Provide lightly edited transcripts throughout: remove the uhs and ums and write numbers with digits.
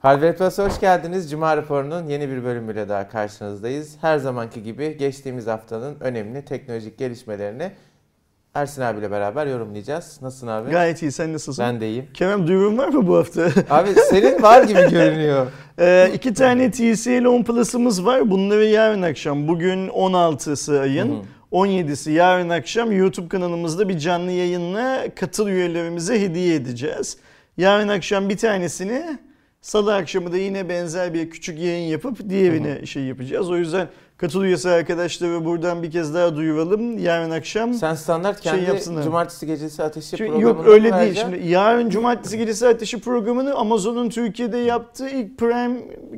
Hardware Plus'a hoş geldiniz. Cuma raporunun yeni bir bölümüyle daha karşınızdayız. Her zamanki gibi geçtiğimiz haftanın önemli teknolojik gelişmelerini Ersin abiyle beraber yorumlayacağız. Nasılsın abi? Gayet iyi. Sen nasılsın? Ben de iyiyim. Kerem, duyurum var mı bu hafta? Abi senin var gibi görünüyor. 2 tane TCL 10 Plus'ımız var. Bunları yarın akşam, bugün 16'sı ayın, 17'si yarın akşam YouTube kanalımızda bir canlı yayınla katıl üyelerimize hediye edeceğiz. Yarın akşam bir tanesini, salı akşamı da yine benzer bir küçük yayın yapıp diğerini şey yapacağız. O yüzden katıl üyesi arkadaşları buradan bir kez daha duyuralım. Yarın akşam sen standart kendi yapsınlar. Cumartesi gecesi ateşi programını yok öyle değil. vereceksin? Şimdi yarın Cumartesi gecesi ateşi programını Amazon'un Türkiye'de yaptığı ilk Prime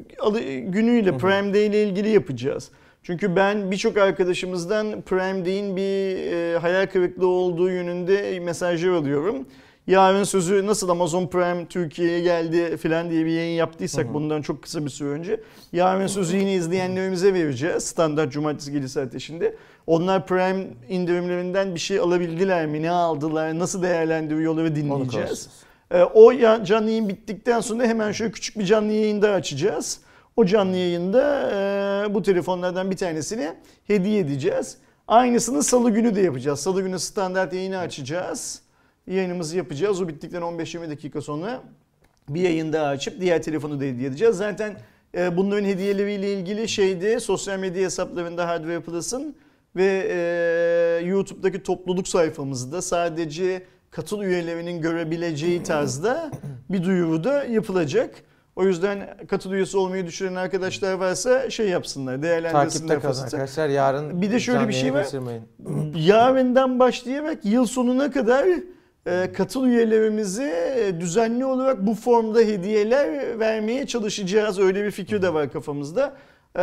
günüyle, Prime Day ile ilgili yapacağız. Çünkü ben birçok arkadaşımızdan Prime Day'in bir hayal kırıklığı olduğu yönünde mesajlar alıyorum. Yarın sözü nasıl Amazon Prime Türkiye'ye geldi filan diye bir yayın yaptıysak bundan çok kısa bir süre önce. Yarın sözü yine izleyenlerimize vereceğiz. Standart Cumartesi gecesi ateşinde. Onlar Prime indirimlerinden bir şey alabildiler mi? Ne aldılar? Nasıl değerlendiriyorları dinleyeceğiz. O canlı yayın bittikten sonra hemen şöyle küçük bir canlı yayın daha açacağız. O canlı yayında bu telefonlardan bir tanesini hediye edeceğiz. Aynısını salı günü de yapacağız. Salı günü standart yayını açacağız. Yayınımızı yapacağız. O bittikten 15-20 dakika sonra bir yayın daha açıp diğer telefonu da hediye edeceğiz. Zaten bunların hediyeleriyle ilgili sosyal medya hesaplarında Hardware Plus'ın ve YouTube'daki topluluk sayfamızda sadece katıl üyelerinin görebileceği tarzda bir duyuru da yapılacak. O yüzden katıl üyesi olmayı düşünen arkadaşlar varsa yapsınlar, değerlendirsinler. Takipte kalın arkadaşlar. Yarın bir de şöyle bir şey var. Kaçırmayın. Yarından başlayarak yıl sonuna kadar katıl üyelerimize düzenli olarak bu formda hediyeler vermeye çalışacağız. Öyle bir fikir de var kafamızda.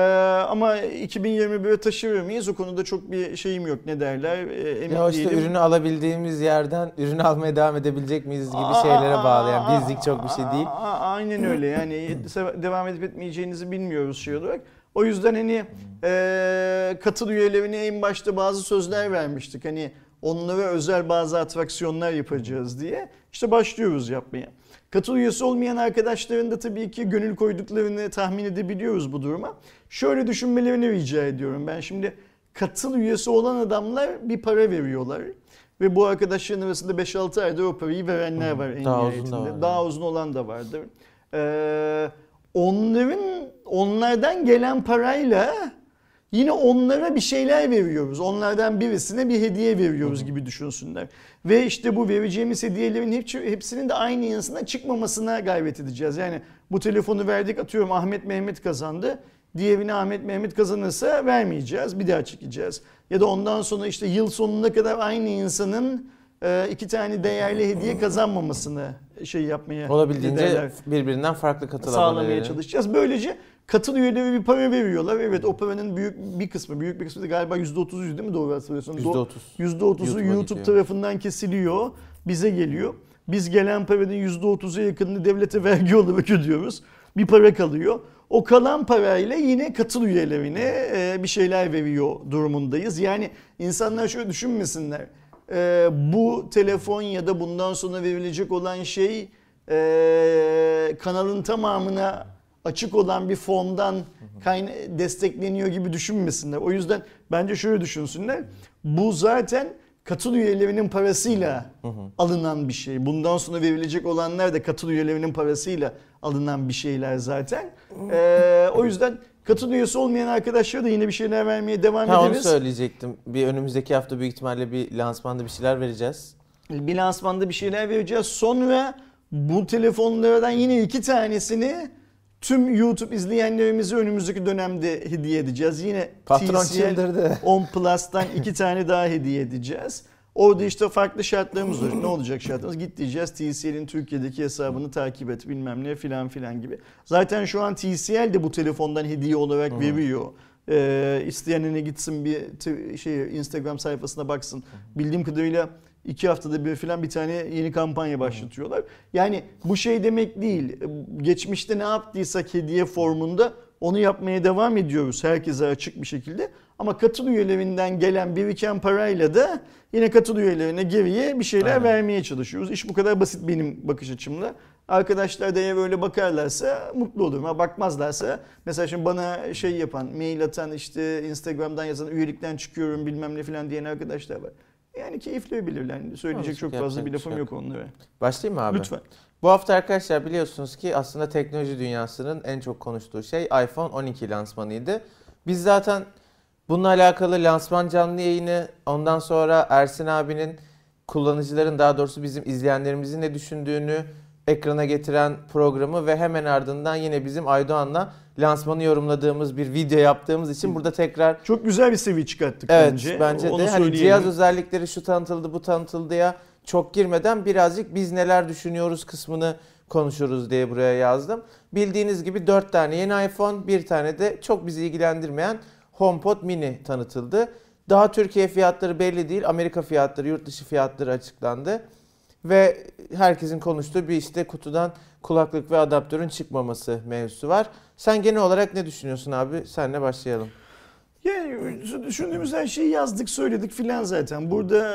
Ama 2021'e taşır mıyız? O konuda çok bir şeyim yok. Ne derler? Emin ya işte değilim. ürünü alabildiğimiz yerden ürünü almaya devam edebilecek miyiz gibi şeylere bağlı. Yani bizlik çok bir şey değil. Aynen öyle. Yani devam edip etmeyeceğinizi bilmiyoruz şey olarak. O yüzden katıl üyelerine en başta bazı sözler vermiştik. Hani onlara özel bazı atraksiyonlar yapacağız diye. İşte başlıyoruz yapmaya. Katıl üyesi olmayan arkadaşların da tabii ki gönül koyduklarını tahmin edebiliyoruz bu duruma. Şöyle düşünmelerini rica ediyorum. Ben şimdi katıl üyesi olan adamlar bir para veriyorlar. Ve bu arkadaşların arasında 5-6 ayda o parayı verenler var en nihayetinde. Daha uzun olan da vardır. Onlardan gelen parayla yine onlara bir şeyler veriyoruz. Onlardan birisine bir hediye veriyoruz gibi düşünsünler. Ve işte bu vereceğimiz hediyelerin hepsinin de aynı yansına çıkmamasına gayret edeceğiz. Yani bu telefonu verdik, atıyorum Ahmet Mehmet kazandı. Diğerini Ahmet Mehmet kazanırsa vermeyeceğiz. Bir daha çekeceğiz. Ya da ondan sonra işte yıl sonuna kadar aynı insanın 2 tane değerli hediye kazanmamasını yapmaya, olabildiğince birbirinden farklı katıl sağlamaya çalışacağız. Böylece katıl üyeleri bir para veriyorlar. Evet, o paranın büyük bir kısmı da galiba %30'u değil mi, doğru hatırlıyorsun? %30'u YouTube tarafından kesiliyor, bize geliyor. Biz gelen paranın %30'a yakınını devlete vergi olarak ödüyoruz. Bir para kalıyor. O kalan parayla yine katıl üyelerine bir şeyler veriyor durumundayız. Yani insanlar şöyle düşünmesinler. Bu telefon ya da bundan sonra verilecek olan şey kanalın tamamına açık olan bir fondan destekleniyor gibi düşünmesinler. O yüzden bence şöyle düşünsünler. Bu zaten katıl üyelerinin parasıyla alınan bir şey. Bundan sonra verilecek olanlar da katıl üyelerinin parasıyla alınan bir şeyler zaten. O yüzden katıl üyesi olmayan arkadaşlara da yine bir şeyler vermeye devam ederiz. Onu söyleyecektim. Bir önümüzdeki hafta büyük ihtimalle bir lansmanda bir şeyler vereceğiz. Bir lansmanda bir şeyler vereceğiz. Sonra bu telefonlardan yine 2 tanesini tüm YouTube izleyenlerimize önümüzdeki dönemde hediye edeceğiz. Yine TCL 10 Plus'tan 2 tane daha hediye edeceğiz. Orada işte farklı şartlarımız var. Ne olacak şartlarımız? Git diyeceğiz, TCL'in Türkiye'deki hesabını takip et bilmem ne filan gibi. Zaten şu an TCL de bu telefondan hediye olarak veriyor. İsteyenine gitsin bir Instagram sayfasına baksın. Bildiğim kadarıyla 2 haftada bir falan bir tane yeni kampanya başlatıyorlar. Yani bu şey demek değil. Geçmişte ne yaptıysak hediye formunda onu yapmaya devam ediyoruz herkese açık bir şekilde. Ama katıl üyelerinden gelen biriken parayla da yine katıl üyelerine geriye bir şeyler vermeye çalışıyoruz. İş bu kadar basit benim bakış açımla. Arkadaşlar da eğer öyle bakarlarsa mutlu olurum. Ha bakmazlarsa mesela şimdi bana şey yapan, mail atan, işte Instagram'dan yazan, üyelikten çıkıyorum bilmem ne falan diyen arkadaşlar var. Yani keyifli bilirler. Söyleyecek çok fazla bir lafım yok onlara. Başlayayım mı abi? Lütfen. Bu hafta arkadaşlar biliyorsunuz ki aslında teknoloji dünyasının en çok konuştuğu şey iPhone 12 lansmanıydı. Biz zaten bununla alakalı lansman canlı yayını, ondan sonra Ersin abinin kullanıcıların, daha doğrusu bizim izleyenlerimizin ne düşündüğünü ekrana getiren programı ve hemen ardından yine bizim Aydoğan'la lansmanı yorumladığımız bir video yaptığımız için burada tekrar çok güzel bir seviye çıkarttık evet, bence. Bence onu de hani cihaz özellikleri şu tanıtıldı bu tanıtıldıya çok girmeden birazcık biz neler düşünüyoruz kısmını konuşuruz diye buraya yazdım. Bildiğiniz gibi 4 tane yeni iPhone, bir tane de çok bizi ilgilendirmeyen HomePod mini tanıtıldı. Daha Türkiye fiyatları belli değil. Amerika fiyatları, yurt dışı fiyatları açıklandı. Ve herkesin konuştuğu bir işte kutudan kulaklık ve adaptörün çıkmaması mevzusu var. Sen genel olarak ne düşünüyorsun abi? Senle başlayalım. Yani düşündüğümüz her şeyi yazdık, söyledik filan zaten. Burada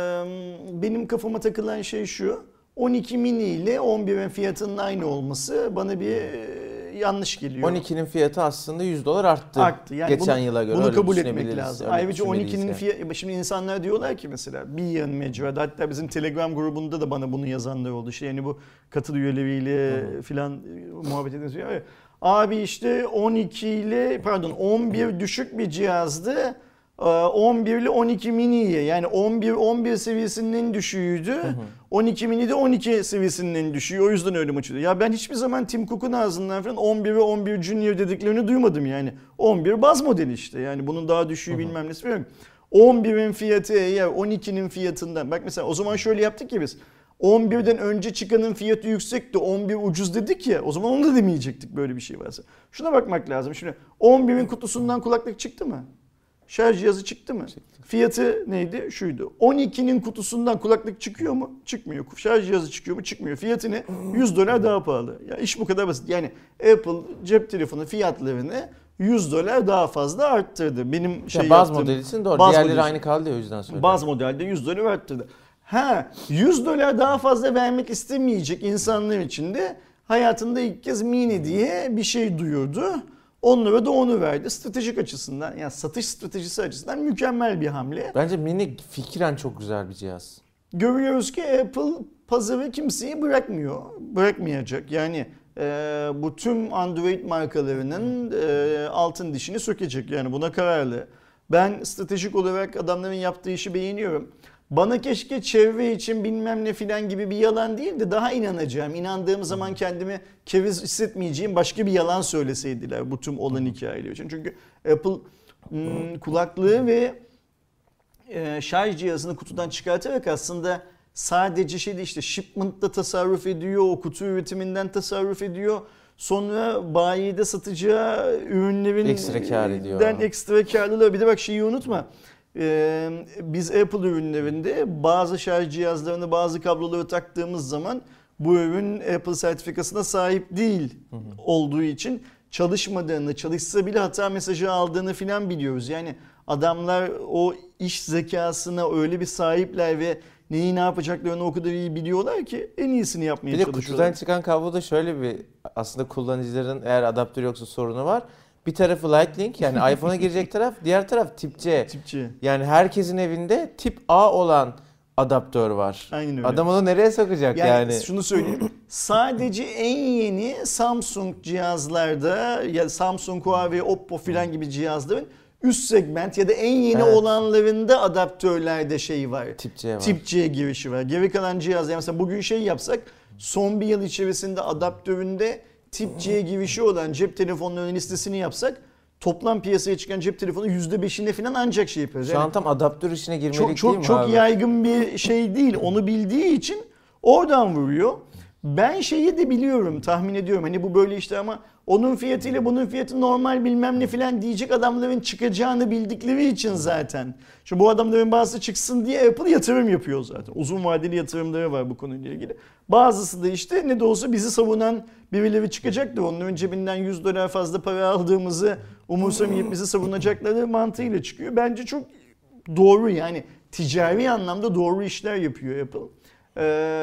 benim kafama takılan şey şu. 12 mini ile 11'in fiyatının aynı olması bana bir yanlış geliyor. 12'nin fiyatı aslında $100 arttı. Yani geçen yıla göre. Bunu öyle kabul etmek lazım. Ayrıca 12'nin yani. fiyatı, şimdi insanlar diyorlar ki mesela bir yan mecrada, hatta bizim Telegram grubunda da bana bunu yazanlar oldu. Yani bu katıl üyeleriyle filan muhabbet ediyoruz. Abi işte 12 ile 11 düşük bir cihazdı. 11 ile 12 mini'ye, yani 11 seviyesinin en düşüğüydü. 12 mini de 12 seviyesinin en düşüğü. O yüzden öyle maç oluyor. Ya ben hiçbir zaman Tim Cook'un ağzından falan 11 ve 11 Junior dediklerini duymadım yani. 11 baz modeli işte. Yani bunun daha düşüğü bilmem nesi bilmiyorum. 11'in fiyatı eğer 12'nin fiyatından. Bak mesela o zaman şöyle yaptık ya biz. 11'den önce çıkanın fiyatı yüksekti, 11 ucuz dedik ya, o zaman onu da demeyecektik böyle bir şey varsa. Şuna bakmak lazım. Şimdi 11'in kutusundan kulaklık çıktı mı? Şarj cihazı çıktı mı? Fiyatı neydi? Şuydu. 12'nin kutusundan kulaklık çıkıyor mu? Çıkmıyor. Şarj cihazı çıkıyor mu? Çıkmıyor. Fiyatı ne? $100 daha pahalı. Ya iş bu kadar basit. Yani Apple cep telefonu fiyatlarını $100 daha fazla arttırdı. Benim şey baz yaptığım, modeli için doğru. Baz Diğerleri modeli aynı kaldı ya, o yüzden söylüyorum. Baz modelde $100 arttırdı. $100 daha fazla vermek istemeyecek insanlar için de hayatında ilk kez mini diye bir şey duyurdu. Onlara da onu verdi. Stratejik açısından, yani satış stratejisi açısından mükemmel bir hamle. Bence mini fikren çok güzel bir cihaz. Görüyoruz ki Apple pazarı kimseyi bırakmayacak. Yani bu tüm Android markalarının altın dişini sökecek. Yani buna kararlı. Ben stratejik olarak adamların yaptığı işi beğeniyorum. Bana keşke çevre için bilmem ne filan gibi bir yalan değil de daha inanacağım, İnandığım zaman kendimi keviz hissetmeyeceğim başka bir yalan söyleseydiler bu tüm olan hikayeler için. Çünkü Apple kulaklığı ve şarj cihazını kutudan çıkartarak aslında sadece işte shipment'ta tasarruf ediyor, o kutu üretiminden tasarruf ediyor. Sonra bayide satacağı ürünlerin ekstra kar ediyor. Ekstra karlılığı. Bir de bak şeyi unutma. Biz Apple ürünlerinde bazı şarj cihazlarını, bazı kabloları taktığımız zaman bu ürün Apple sertifikasına sahip değil olduğu için çalışmadığını, çalışsa bile hata mesajı aldığını filan biliyoruz. Yani adamlar o iş zekasına öyle bir sahipler ve neyi ne yapacaklarını o kadar iyi biliyorlar ki en iyisini yapmaya çalışıyorlar. Bir de kutudan çıkan kabloda şöyle bir, aslında kullanıcıların eğer adaptör yoksa sorunu var. Bir tarafı Lightning, yani iPhone'a girecek taraf, diğer taraf tip C. Tip C. Yani herkesin evinde tip A olan adaptör var. Aynen öyle. Adam onu nereye sokacak yani? Şunu söyleyeyim. Sadece en yeni Samsung cihazlarda, ya Samsung, Huawei, Oppo filan gibi cihazların üst segment ya da en yeni olanlarında adaptörlerde şey var. Tip C var. Tip C girişi var. Geri kalan cihaz, yani mesela bugün şey yapsak, son bir yıl içerisinde adaptöründe Tip C girişi olan cep telefonlarının listesini yapsak, toplam piyasaya çıkan cep telefonu %5'ine falan ancak şey yapıyoruz. Şu an tam adaptör işine girmelik değil mi abi? Çok yaygın bir şey değil. Onu bildiği için oradan vuruyor. Ben şeyi de biliyorum, tahmin ediyorum. Hani bu böyle işte ama onun fiyatıyla bunun fiyatı normal bilmem ne falan diyecek adamların çıkacağını bildikleri için zaten. Şimdi bu adamların bazısı çıksın diye Apple yatırım yapıyor zaten. Uzun vadeli yatırımları var bu konuyla ilgili. Bazısı da işte ne de olsa bizi savunan birileri çıkacak da onların cebinden $100 fazla para aldığımızı umursamayıp bizi savunacakları mantığıyla çıkıyor. Bence çok doğru, yani ticari anlamda doğru işler yapıyor Apple.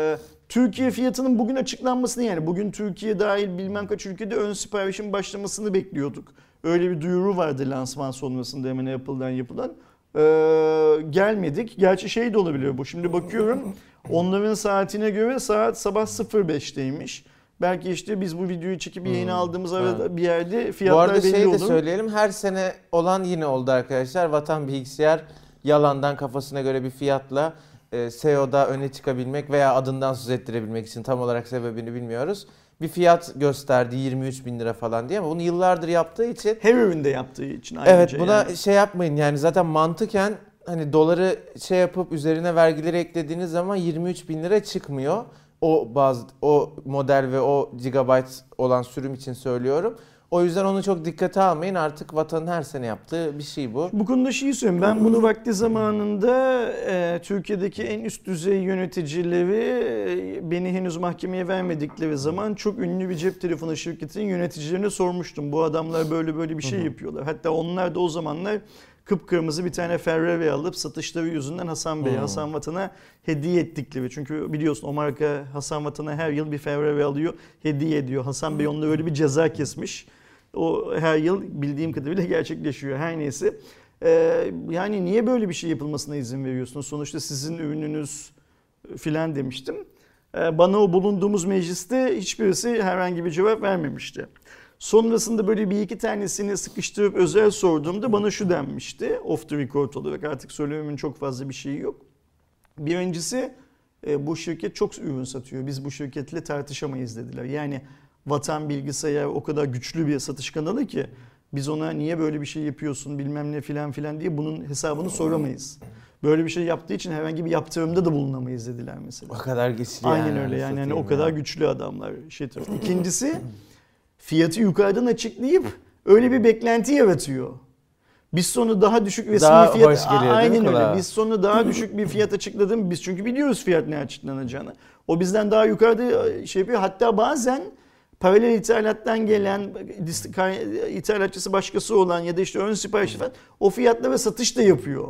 Türkiye fiyatının bugün açıklanmasını, yani bugün Türkiye dahil bilmem kaç ülkede ön siparişin başlamasını bekliyorduk. Öyle bir duyuru vardı lansman sonrasında hemen Apple'dan yapılan. Gelmedik. Gerçi şey de olabiliyor bu. Şimdi bakıyorum onların saatine göre saat sabah 05'teymiş. Belki işte biz bu videoyu çekip yayına aldığımız arada bir yerde fiyatlar belli olur. Bu arada şeyi de söyleyelim. Her sene olan yine oldu arkadaşlar. Vatan Bilgisayar yalandan kafasına göre bir fiyatla SEO'da öne çıkabilmek veya adından söz ettirebilmek için, tam olarak sebebini bilmiyoruz, bir fiyat gösterdi 23 bin lira falan diye, ama bunu yıllardır yaptığı için. Her üründe yaptığı için ayrıca. Evet, buna yani şey yapmayın yani, zaten mantıken hani doları şey yapıp üzerine vergileri eklediğiniz zaman 23 bin lira çıkmıyor. O model ve o gigabyte olan sürüm için söylüyorum. O yüzden onu çok dikkate almayın. Artık Vatan'ın her sene yaptığı bir şey bu. Bu konuda şeyi söyleyeyim. Ben bunu vakti zamanında Türkiye'deki en üst düzey yöneticileri beni henüz mahkemeye vermedikleri zaman çok ünlü bir cep telefonu şirketinin yöneticilerine sormuştum. Bu adamlar böyle bir şey yapıyorlar. Hatta onlar da o zamanlar kıpkırmızı bir tane Ferrari alıp satışları yüzünden Hasan Bey'e, Hasan Vatan'a hediye ettikleri. Çünkü biliyorsun o marka Hasan Vatan'a her yıl bir Ferrari alıyor, hediye ediyor. Hasan Bey onunla öyle bir ceza kesmiş. O her yıl bildiğim kadarıyla gerçekleşiyor. Her neyse. Yani niye böyle bir şey yapılmasına izin veriyorsunuz? Sonuçta sizin ürününüz filan demiştim. Bana o bulunduğumuz mecliste hiçbirisi herhangi bir cevap vermemişti. Sonrasında böyle bir iki tanesini sıkıştırıp özel sorduğumda bana şu denmişti. Off the record olarak, artık söylememin çok fazla bir şeyi yok. Birincisi bu şirket çok ürün satıyor. Biz bu şirketle tartışamayız dediler. Yani Vatan Bilgisayar o kadar güçlü bir satış kanalı ki biz ona niye böyle bir şey yapıyorsun bilmem ne filan filan diye bunun hesabını soramayız. Böyle bir şey yaptığı için herhangi bir yaptırımda da bulunamayız dediler mesela. O kadar güçlü. Aynen öyle yani o kadar güçlü adamlar. İkincisi fiyatı yukarıdan açıklayıp öyle bir beklenti yaratıyor. Biz sonu daha düşük resmi daha fiyat, hoş geliyor, aynen öyle. Biz sonu daha düşük bir fiyat açıkladım. Biz çünkü biliyoruz fiyat ne açıklanacağını. O bizden daha yukarıda şey yapıyor. Hatta bazen paralel ithalattan gelen, ithalatçısı başkası olan ya da işte ön sipariş falan o fiyatlara satış da yapıyor.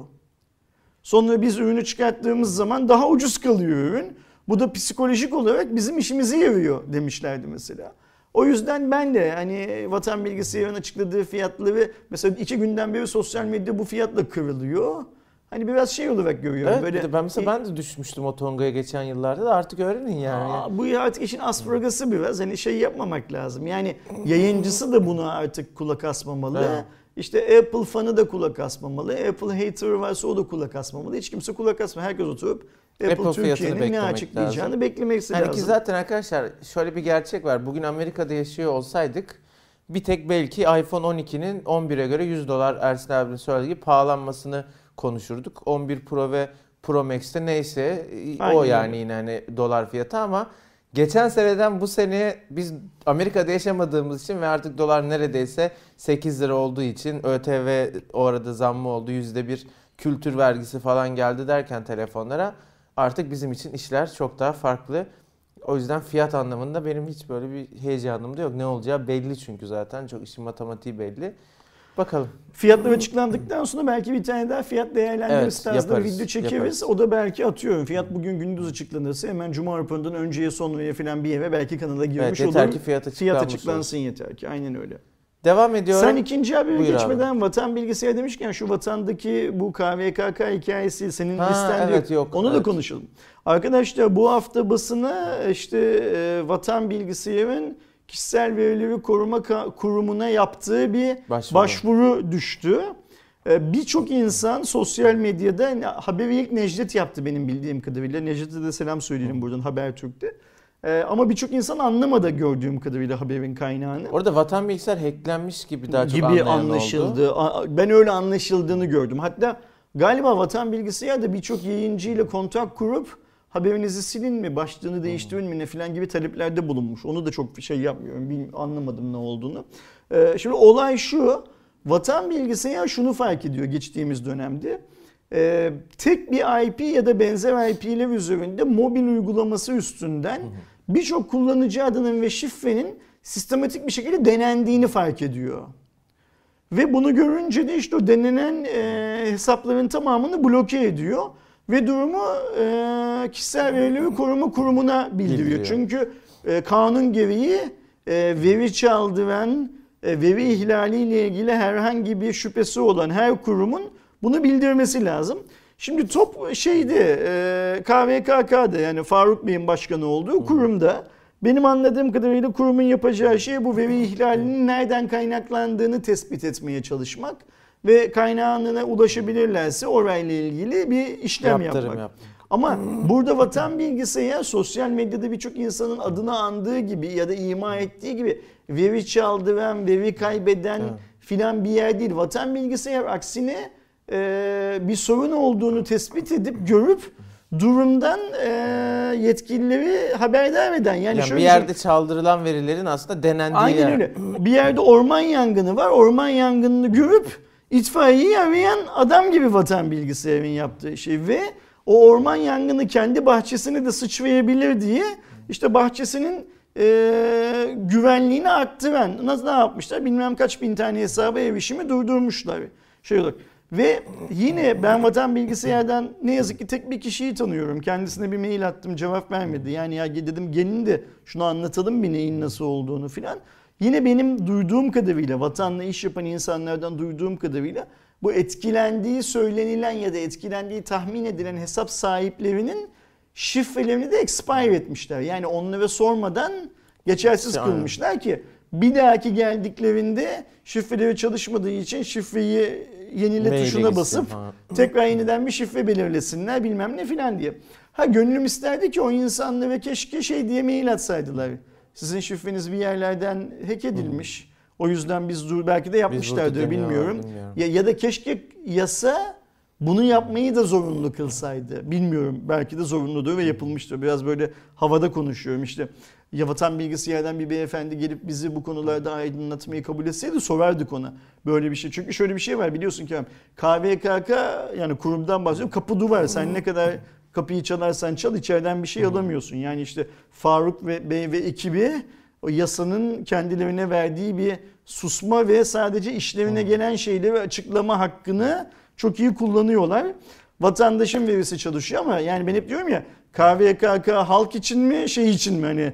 Sonra biz ürünü çıkarttığımız zaman daha ucuz kalıyor ürün. Bu da psikolojik olarak bizim işimizi yarıyor demişlerdi mesela. O yüzden ben de hani Vatan Bilgisayar'ın açıkladığı fiyatları mesela 2 günden beri sosyal medya bu fiyatla kırılıyor. Hani biraz şey olarak görüyorum. Evet, böyle ben de düşmüştüm o tongaya geçen yıllarda da, artık öğrenin yani. Bu artık işin aspragası biraz, hani şey yapmamak lazım. Yani yayıncısı da buna artık kulak asmamalı. Evet. İşte Apple fanı da kulak asmamalı. Apple hater'ı varsa o da kulak asmamalı. Hiç kimse kulak asmamalı. Herkes oturup Apple Türkiye'nin ne açıklayacağını beklemesi lazım. Ki zaten arkadaşlar şöyle bir gerçek var. Bugün Amerika'da yaşıyor olsaydık bir tek belki iPhone 12'nin 11'e göre $100 Ersin abinin söylediği gibi pahalanmasını konuşurduk. 11 Pro ve Pro Max'te neyse o yani yine hani dolar fiyatı, ama geçen seneden bu sene biz Amerika'da yaşamadığımız için ve artık dolar neredeyse 8 lira olduğu için ÖTV o arada zammı oldu, %1 kültür vergisi falan geldi derken telefonlara artık bizim için işler çok daha farklı. O yüzden fiyat anlamında benim hiç böyle bir heyecanım da yok. Ne olacağı belli çünkü zaten çok işin matematiği belli. Bakalım. Fiyatlar açıklandıktan sonra belki bir tane daha fiyat değerlendirmesi tarzında video çekeriz. Yaparız. O da belki atıyorum. Fiyat bugün gündüz açıklanırsa hemen Cuma raporundan önceye sonraya falan bir eve belki kanala girmiş olur. Yeter ki fiyat açıklansın yeter ki. Aynen öyle. Devam ediyorum. Sen ikinci habere geçmeden abi. Vatan Bilgisayar demişken şu Vatan'daki bu KVKK hikayesi senin listende yok. Onu da konuşalım. Arkadaşlar bu hafta basına işte Vatan Bilgisayar'ın Kişisel Verileri Koruma Kurumu'na yaptığı bir başvuru düştü. Birçok insan sosyal medyada haberi ilk Necdet yaptı benim bildiğim kadarıyla. Necdet'e de selam söyleyelim buradan Habertürk'te. Ama birçok insan anlamadı gördüğüm kadarıyla haberin kaynağını. Orada Vatan Bilgisayar hacklenmiş gibi daha çok anlaşıldı. Ben öyle anlaşıldığını gördüm. Hatta galiba Vatan Bilgisayar da birçok yayıncıyla kontak kurup haberinizi silin mi, başlığını değiştirin mi ne falan gibi taleplerde bulunmuş. Onu da çok şey yapmıyorum, anlamadım ne olduğunu. Şimdi olay şu, Vatan Bilgisayar şunu fark ediyor geçtiğimiz dönemde. Tek bir IP ya da benzer IP'ler üzerinde mobil uygulaması üstünden birçok kullanıcı adının ve şifrenin sistematik bir şekilde denendiğini fark ediyor. Ve bunu görünce de işte o denenen hesapların tamamını bloke ediyor. ve durumu kişisel verileri koruma kurumuna bildiriyor. Çünkü kanun gereği veri çaldıran, veri ihlaliyle ilgili herhangi bir şüphesi olan her kurumun bunu bildirmesi lazım. Şimdi top KVKK'da, yani Faruk Bey'in başkanı olduğu kurumda, benim anladığım kadarıyla kurumun yapacağı şey bu veri ihlalinin nereden kaynaklandığını tespit etmeye çalışmak ve kaynağına ulaşabilirlerse orayla ilgili bir işlem yapmak. Ama burada Vatan Bilgisayar sosyal medyada birçok insanın adını andığı gibi ya da ima ettiği gibi veri çaldıran, veri kaybeden filan bir yer değil. Vatan Bilgisayar aksine bir sorun olduğunu tespit edip görüp durumdan yetkilileri haberdar eden. Yani şöyle bir yerde çaldırılan verilerin aslında denendiği aynen yer. Öyle. Bir yerde orman yangını var. Orman yangınını görüp itfaiyeyi arayan adam gibi Vatan Bilgisayar'ın yaptığı şey ve o orman yangını kendi bahçesine de sıçrayabilir diye işte bahçesinin güvenliğini arttıran ne yapmışlar? Bilmem kaç bin tane hesaba erişimi durdurmuşlar. Ve yine ben Vatan Bilgisayar'dan ne yazık ki tek bir kişiyi tanıyorum. Kendisine bir mail attım, cevap vermedi. Yani ya dedim gelin de şunu anlatalım bir neyin nasıl olduğunu filan. Yine benim duyduğum kadarıyla, Vatan'la iş yapan insanlardan duyduğum kadarıyla bu etkilendiği söylenilen ya da etkilendiği tahmin edilen hesap sahiplerinin şifrelerini de expire etmişler. Yani onlara sormadan geçersiz kılmışlar ki bir dahaki geldiklerinde şifreleri çalışmadığı için şifreyi yenile tuşuna basıp tekrar yeniden bir şifre belirlesinler bilmem ne filan diye. Gönlüm isterdi ki o insanlara keşke diye mail atsaydılar. Sizin şifreniz bir yerlerden hack edilmiş. O yüzden biz belki de yapmışlardır bilmiyorum. Ya da keşke yasa bunu yapmayı da zorunlu kılsaydı. Bilmiyorum, belki de zorunludur ve yapılmıştır. Biraz böyle havada konuşuyorum işte. Ya Vatan Bilgisayar'dan bir beyefendi gelip bizi bu konularda aydınlatmayı kabul etseydi sorardık ona böyle bir şey. Çünkü şöyle bir şey var biliyorsun ki KVKK, yani kurumdan bahsediyorum, kapı duvar. Sen ne kadar kapıyı çalarsan çal içeriden bir şey alamıyorsun. Yani işte Faruk Bey ve ekibi o yasanın kendilerine verdiği bir susma ve sadece işlerine gelen şeyleri açıklama hakkını çok iyi kullanıyorlar. Vatandaşın verisi çalışıyor ama yani ben hep diyorum ya, KVKK halk için mi için mi, hani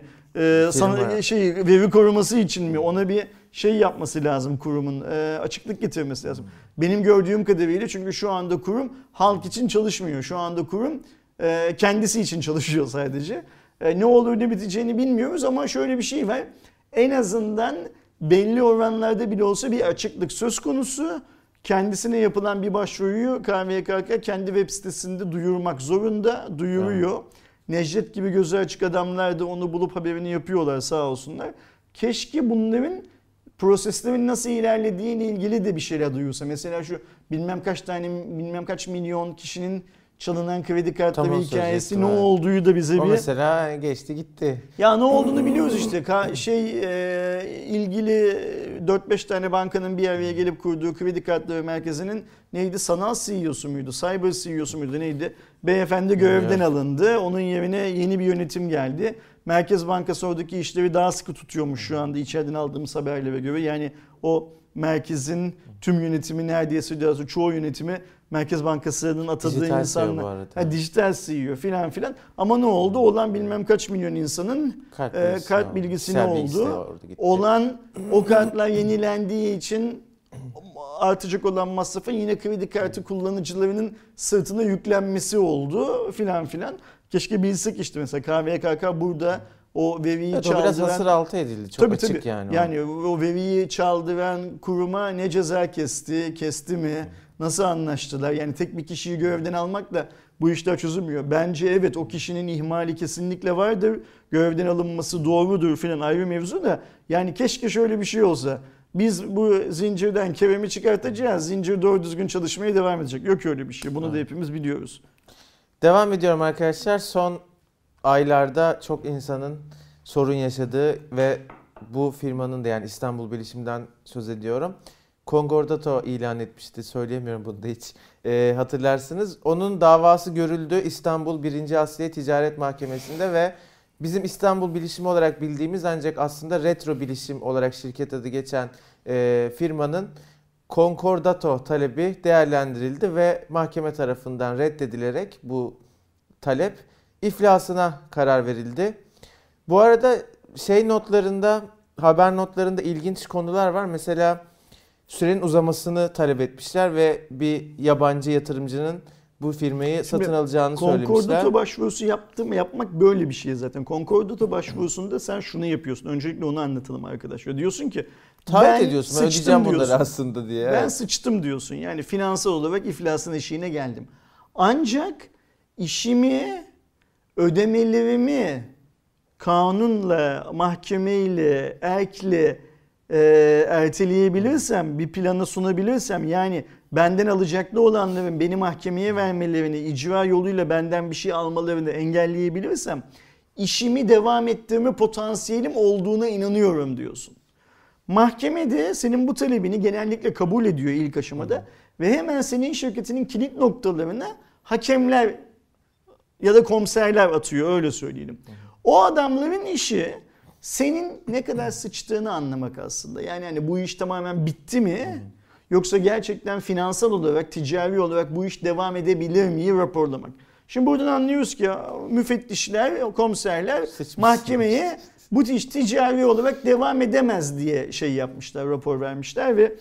veri koruması için mi, ona bir yapması lazım kurumun, açıklık getirmesi lazım. Benim gördüğüm kadarıyla, çünkü şu anda kurum halk için çalışmıyor. Şu anda kurum kendisi için çalışıyor sadece. Ne olur ne biteceğini bilmiyoruz ama şöyle bir şey var. En azından belli oranlarda bile olsa bir açıklık söz konusu. Kendisine yapılan bir başvuruyu KVKK kendi web sitesinde duyurmak zorunda, duyuruyor. Evet. Necdet gibi gözü açık adamlar da onu bulup haberini yapıyorlar, sağ olsunlar. Keşke bunların proseslerin nasıl ilerlediğiyle ilgili de bir şeyler duyursa. Mesela şu bilmem kaç milyon kişinin çalınan kredi kartları hikayesi ne olduğu da bize o mesela geçti gitti. Ya ne olduğunu biliyoruz işte. İlgili 4-5 tane bankanın bir araya gelip kurduğu kredi kartları merkezinin sanal CEO'su muydu? Cyber CEO'su muydu? Neydi? Beyefendi görevden alındı. Onun yerine yeni bir yönetim geldi. Merkez Bankası oradaki işleri daha sıkı tutuyormuş şu anda içeriden aldığımız haberlere göre. Yani o merkezin tüm yönetimi, neredeyse çoğu yönetimi Merkez Bankası'nın atadığı dijital insanlar. Dijital CEO filan filan. Ama ne oldu? Olan bilmem kaç milyon insanın kart bilgisini oldu. Olan o kartlar yenilendiği için artacak olan masrafın yine kredi kartı kullanıcılarının sırtına yüklenmesi oldu filan filan. Keşke bilsek işte mesela KVKK burada o veriyi çaldıran... biraz hasır altı edildi. Çok açık yani. Yani o veriyi çaldıran kuruma ne ceza kesti mi? Nasıl anlaştılar? Yani tek bir kişiyi görevden almakla bu işler çözülmüyor. Bence evet, o kişinin ihmali kesinlikle vardır. Görevden alınması doğrudur filan, ayrı mevzu da. Yani keşke şöyle bir şey olsa. Biz bu zincirden keremi çıkartacağız. Zincir doğru düzgün çalışmaya devam edecek. Yok öyle bir şey. Bunu da hepimiz biliyoruz. Devam ediyorum arkadaşlar. Son aylarda çok insanın sorun yaşadığı ve bu firmanın da, yani İstanbul Bilişim'den söz ediyorum, Concordato ilan etmişti. Söyleyemiyorum bunu da hiç. Hatırlarsınız. Onun davası görüldü İstanbul 1. Asliye Ticaret Mahkemesi'nde ve bizim İstanbul Bilişim olarak bildiğimiz, ancak aslında Retro Bilişim olarak şirket adı geçen firmanın Concordato talebi değerlendirildi ve mahkeme tarafından reddedilerek bu talep iflasına karar verildi. Bu arada haber notlarında ilginç konular var. Mesela sürenin uzamasını talep etmişler ve bir yabancı yatırımcının bu firmayı satın alacağını söylemişler. Concordato başvurusu yapmak böyle bir şey zaten. Concordato başvurusunda sen şunu yapıyorsun. Öncelikle onu anlatalım arkadaşlar. Diyorsun ki taahhüt ediyorsun, ödeyeceğim bunları aslında diye. Ben sıçtım diyorsun. Yani finansal olarak iflasın eşiğine geldim. Ancak işimi, ödemelerimi kanunla, mahkemeyle, erkle erteleyebilirsem, bir planı sunabilirsem, yani benden alacaklı olanların beni mahkemeye vermelerini, icra yoluyla benden bir şey almalarını engelleyebilirsem, işimi devam ettirme potansiyelim olduğuna inanıyorum diyorsun. Mahkemede senin bu talebini genellikle kabul ediyor ilk aşamada ve hemen senin şirketinin kilit noktalarına hakemler ya da komiserler atıyor, öyle söyleyelim. O adamların işi senin ne kadar sıçtığını anlamak aslında. Yani hani bu iş tamamen bitti mi? Yoksa gerçekten finansal olarak, ticari olarak bu iş devam edebilir miyi raporlamak. Şimdi buradan anlıyoruz ki müfettişler, komiserler mahkemeye bu iş ticari olarak devam edemez diye yapmışlar, rapor vermişler ve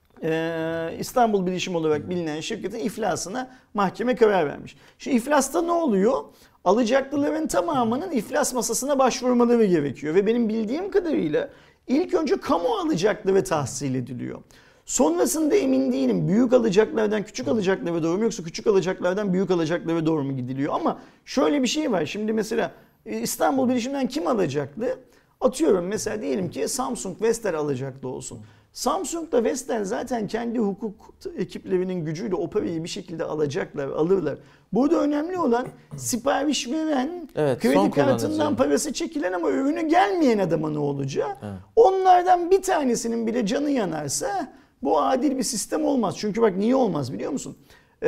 İstanbul Bilişim olarak bilinen şirketin iflasına mahkeme karar vermiş. Şimdi iflasta ne oluyor? Alacaklıların tamamının iflas masasına başvurmaları gerekiyor ve benim bildiğim kadarıyla ilk önce kamu alacakları tahsil ediliyor. Sonrasında emin değilim, büyük alacaklardan küçük alacaklara doğru mu yoksa küçük alacaklardan büyük alacaklara doğru mu gidiliyor, ama şöyle bir şey var. Şimdi mesela İstanbul Bilişim'den kim alacaklı? Atıyorum mesela, diyelim ki Samsung Vestel alacaklı olsun. Samsung da Vestel zaten kendi hukuk ekiplerinin gücüyle o parayı bir şekilde alırlar. Burada önemli olan sipariş veren, kredi kartından parası çekilen ama ürünü gelmeyen adama ne olacak? Evet. Onlardan bir tanesinin bile canı yanarsa bu adil bir sistem olmaz. Çünkü bak niye olmaz biliyor musun?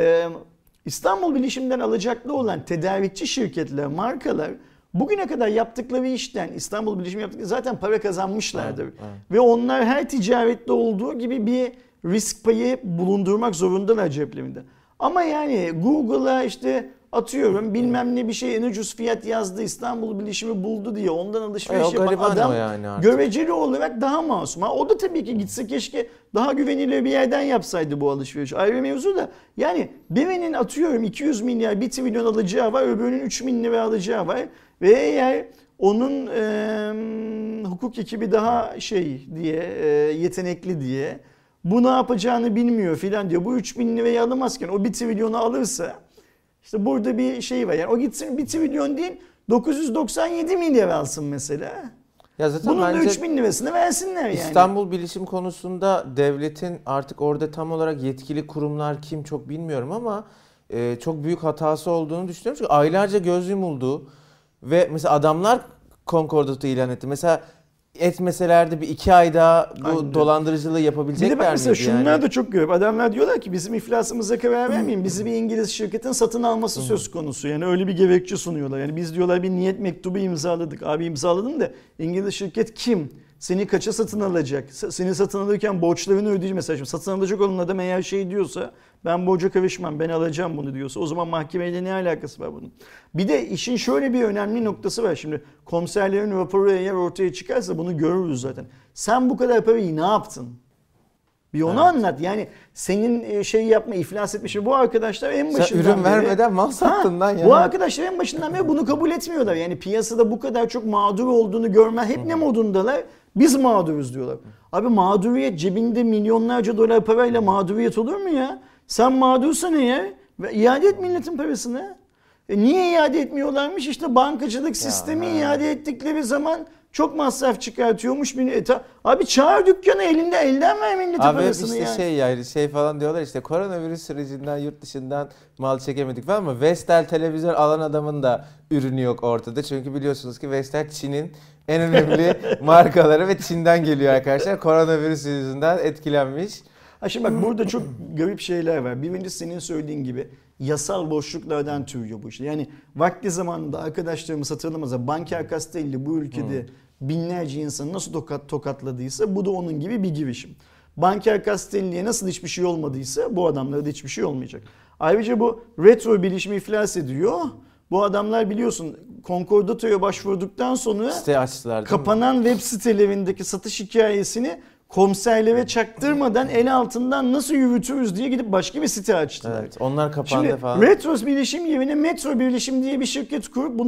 İstanbul Bilişim'den alacaklı olan tedarikçi şirketler, markalar bugüne kadar yaptıkları işten, İstanbul Bilişim yaptıkları zaten para kazanmışlardır. Evet. Ve onlar her ticarette olduğu gibi bir risk payı bulundurmak zorundalar ceplerinde. Ama yani Google'a atıyorum bilmem ne bir şey en ucuz fiyat yazdı, İstanbul Bilişim'i buldu diye ondan alışveriş yapan adam yani göreceli olarak daha masum. O da tabii ki gitse keşke daha güvenilir bir yerden yapsaydı bu alışveriş. Ayrı mevzu da yani birinin atıyorum 200 milyar 1 trilyon alacağı var, öbürünün 3 bin lira alacağı var ve eğer onun hukuk ekibi daha yetenekli diye bu ne yapacağını bilmiyor filan diyor. Bu 3 bin lirayı alamazken o 1 trilyonu alırsa burada bir şey var. Yani o gitsin 1 trilyon değil 997 milyar alsın mesela. Ya zaten bunun da 3 bin lirasını versinler yani. İstanbul Bilişim konusunda devletin artık orada tam olarak yetkili kurumlar kim çok bilmiyorum ama çok büyük hatası olduğunu düşünüyorum. Çünkü aylarca göz yumuldu ve mesela adamlar Concordat'ı ilan etti. Mesela etmeselerdi bir 2 ay daha bu dolandırıcılığı yapabilecekler miydi? Bir de mesela şunlar da çok görüyorum. Adamlar diyorlar ki bizim iflasımıza karar vermeyin. Bizi bir İngiliz şirketin satın alması söz konusu. Yani öyle bir gerekçe sunuyorlar. Yani biz diyorlar bir niyet mektubu imzaladık. Abi imzaladım da İngiliz şirket kim? Seni kaça satın alacak? Seni satın alırken borçlarını ödeyecek mesela. Şimdi satın alacak olan adam eğer diyorsa ben borca karışmam, ben alacağım bunu diyorsa o zaman mahkemeyle ne alakası var bunun? Bir de işin şöyle bir önemli noktası var. Şimdi komiserlerin raporu eğer ortaya çıkarsa bunu görürüz zaten. Sen bu kadar parayı ne yaptın? Bir onu anlat. Yani senin yapma, iflas etmiş. Bu arkadaşlar en başından beri... ürün vermeden mal sattın lan. Bu arkadaşlar en başından beri bunu kabul etmiyorlar. Yani piyasada bu kadar çok mağdur olduğunu görme hep ne modundalar? Biz mağduruz diyorlar. Abi mağduriyet, cebinde milyonlarca dolar parayla mağduriyet olur mu ya? Sen mağdursan eğer iade et milletin parasını. Niye iade etmiyorlarmış? İşte bankacılık sistemi iade ettikleri zaman çok masraf çıkartıyormuş. Abi çağır dükkanı elden ver milletin parasını yani. Falan diyorlar koronavirüs sürecinden yurt dışından mal çekemedik falan ama Vestel televizyon alan adamın da ürünü yok ortada. Çünkü biliyorsunuz ki Vestel Çin'in en önemli markaları ve Çin'den geliyor arkadaşlar. Koronavirüs yüzünden etkilenmiş. Şimdi bak burada çok garip şeyler var. Birincisi senin söylediğin gibi yasal boşluklardan türüyor bu işte. Yani vakti zamanında arkadaşlarımız hatırlamazsa Banker Castelli bu ülkede binlerce insanı nasıl tokatladıysa bu da onun gibi bir girişim. Banker Castelli'ye nasıl hiçbir şey olmadıysa bu adamlara da hiçbir şey olmayacak. Ayrıca bu retro bilişimi iflas ediyor. Bu adamlar biliyorsun Concordato'ya başvurduktan sonra site açtılar, kapanan web sitelerindeki satış hikayesini komiserlere çaktırmadan el altından nasıl yürütürüz diye gidip başka bir site açtılar. Evet, onlar kapandı Şimdi, falan. Retro bilişim yerine Metro bilişim diye bir şirket kurup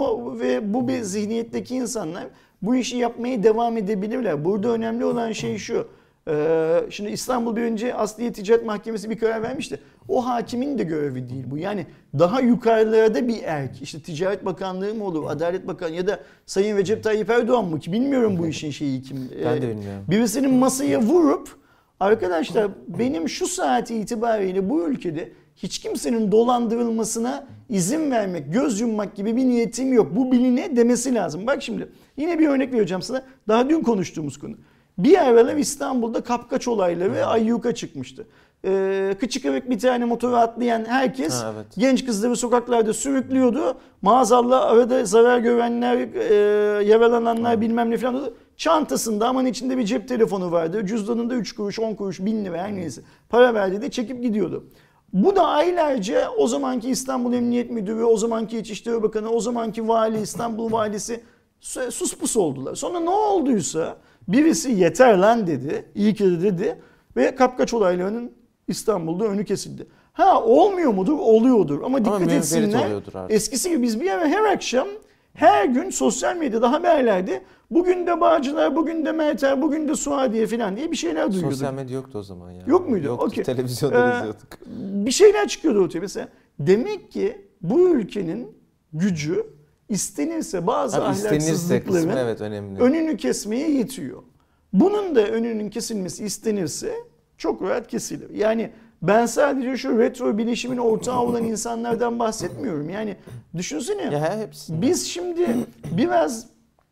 bu bir zihniyetteki insanlar bu işi yapmaya devam edebilirler. Burada önemli olan şey şu. Şimdi İstanbul bir önce Asliye Ticaret Mahkemesi bir karar vermişti. O hakimin de görevi değil bu. Yani daha yukarılarda bir erk. İşte Ticaret Bakanlığı mı olur, Adalet Bakanlığı ya da Sayın Recep Tayyip Erdoğan mı ki bilmiyorum bu işin şeyi kim. Ben de bilmiyorum. Birisinin masaya vurup arkadaşlar benim şu saati itibariyle bu ülkede hiç kimsenin dolandırılmasına izin vermek, göz yummak gibi bir niyetim yok. Bu biline demesi lazım. Bak şimdi yine bir örnek vereceğim sana. Daha dün konuştuğumuz konu. Bir aralar İstanbul'da kapkaç olayları ayyuka çıkmıştı. Kıçıkırık bir tane motora atlayan herkes evet. genç kızları sokaklarda sürüklüyordu. Maazallah arada zarar görenler, yaralananlar bilmem ne falan oldu. Çantasında aman içinde bir cep telefonu vardı. Cüzdanında 3 kuruş, 10 kuruş, 1000 lira her neyse. Para verdi de çekip gidiyordu. Bu da aylarca o zamanki İstanbul Emniyet Müdürü, o zamanki İçişleri Bakanı, o zamanki vali, İstanbul valisi suspus oldular. Sonra ne olduysa birisi yeter lan dedi, iyi ki de dedi ve kapkaç olaylarının İstanbul'da önü kesildi. Ha olmuyor mudur? Oluyordur ama dikkat etsinler. Eskisi gibi biz bir ara her akşam, her gün sosyal medyada haberlerde bugün de Bağcılar, bugün de Merter, bugün de Suadiye falan diye bir şeyler duyuyorduk. Sosyal medya yoktu o zaman ya. Yok muydu? Yoktu, okay. Televizyonda izliyorduk. Bir şeyler çıkıyordu ortaya mesela. Demek ki bu ülkenin gücü istenirse bazı ahlaksızlıkların evet, önemli. önünü kesmeye yetiyor. Bunun da önünün kesilmesi istenirse çok rahat kesilir. Yani ben sadece şu retro bilişimin ortağı olan insanlardan bahsetmiyorum. Yani düşünsene ya biz şimdi biraz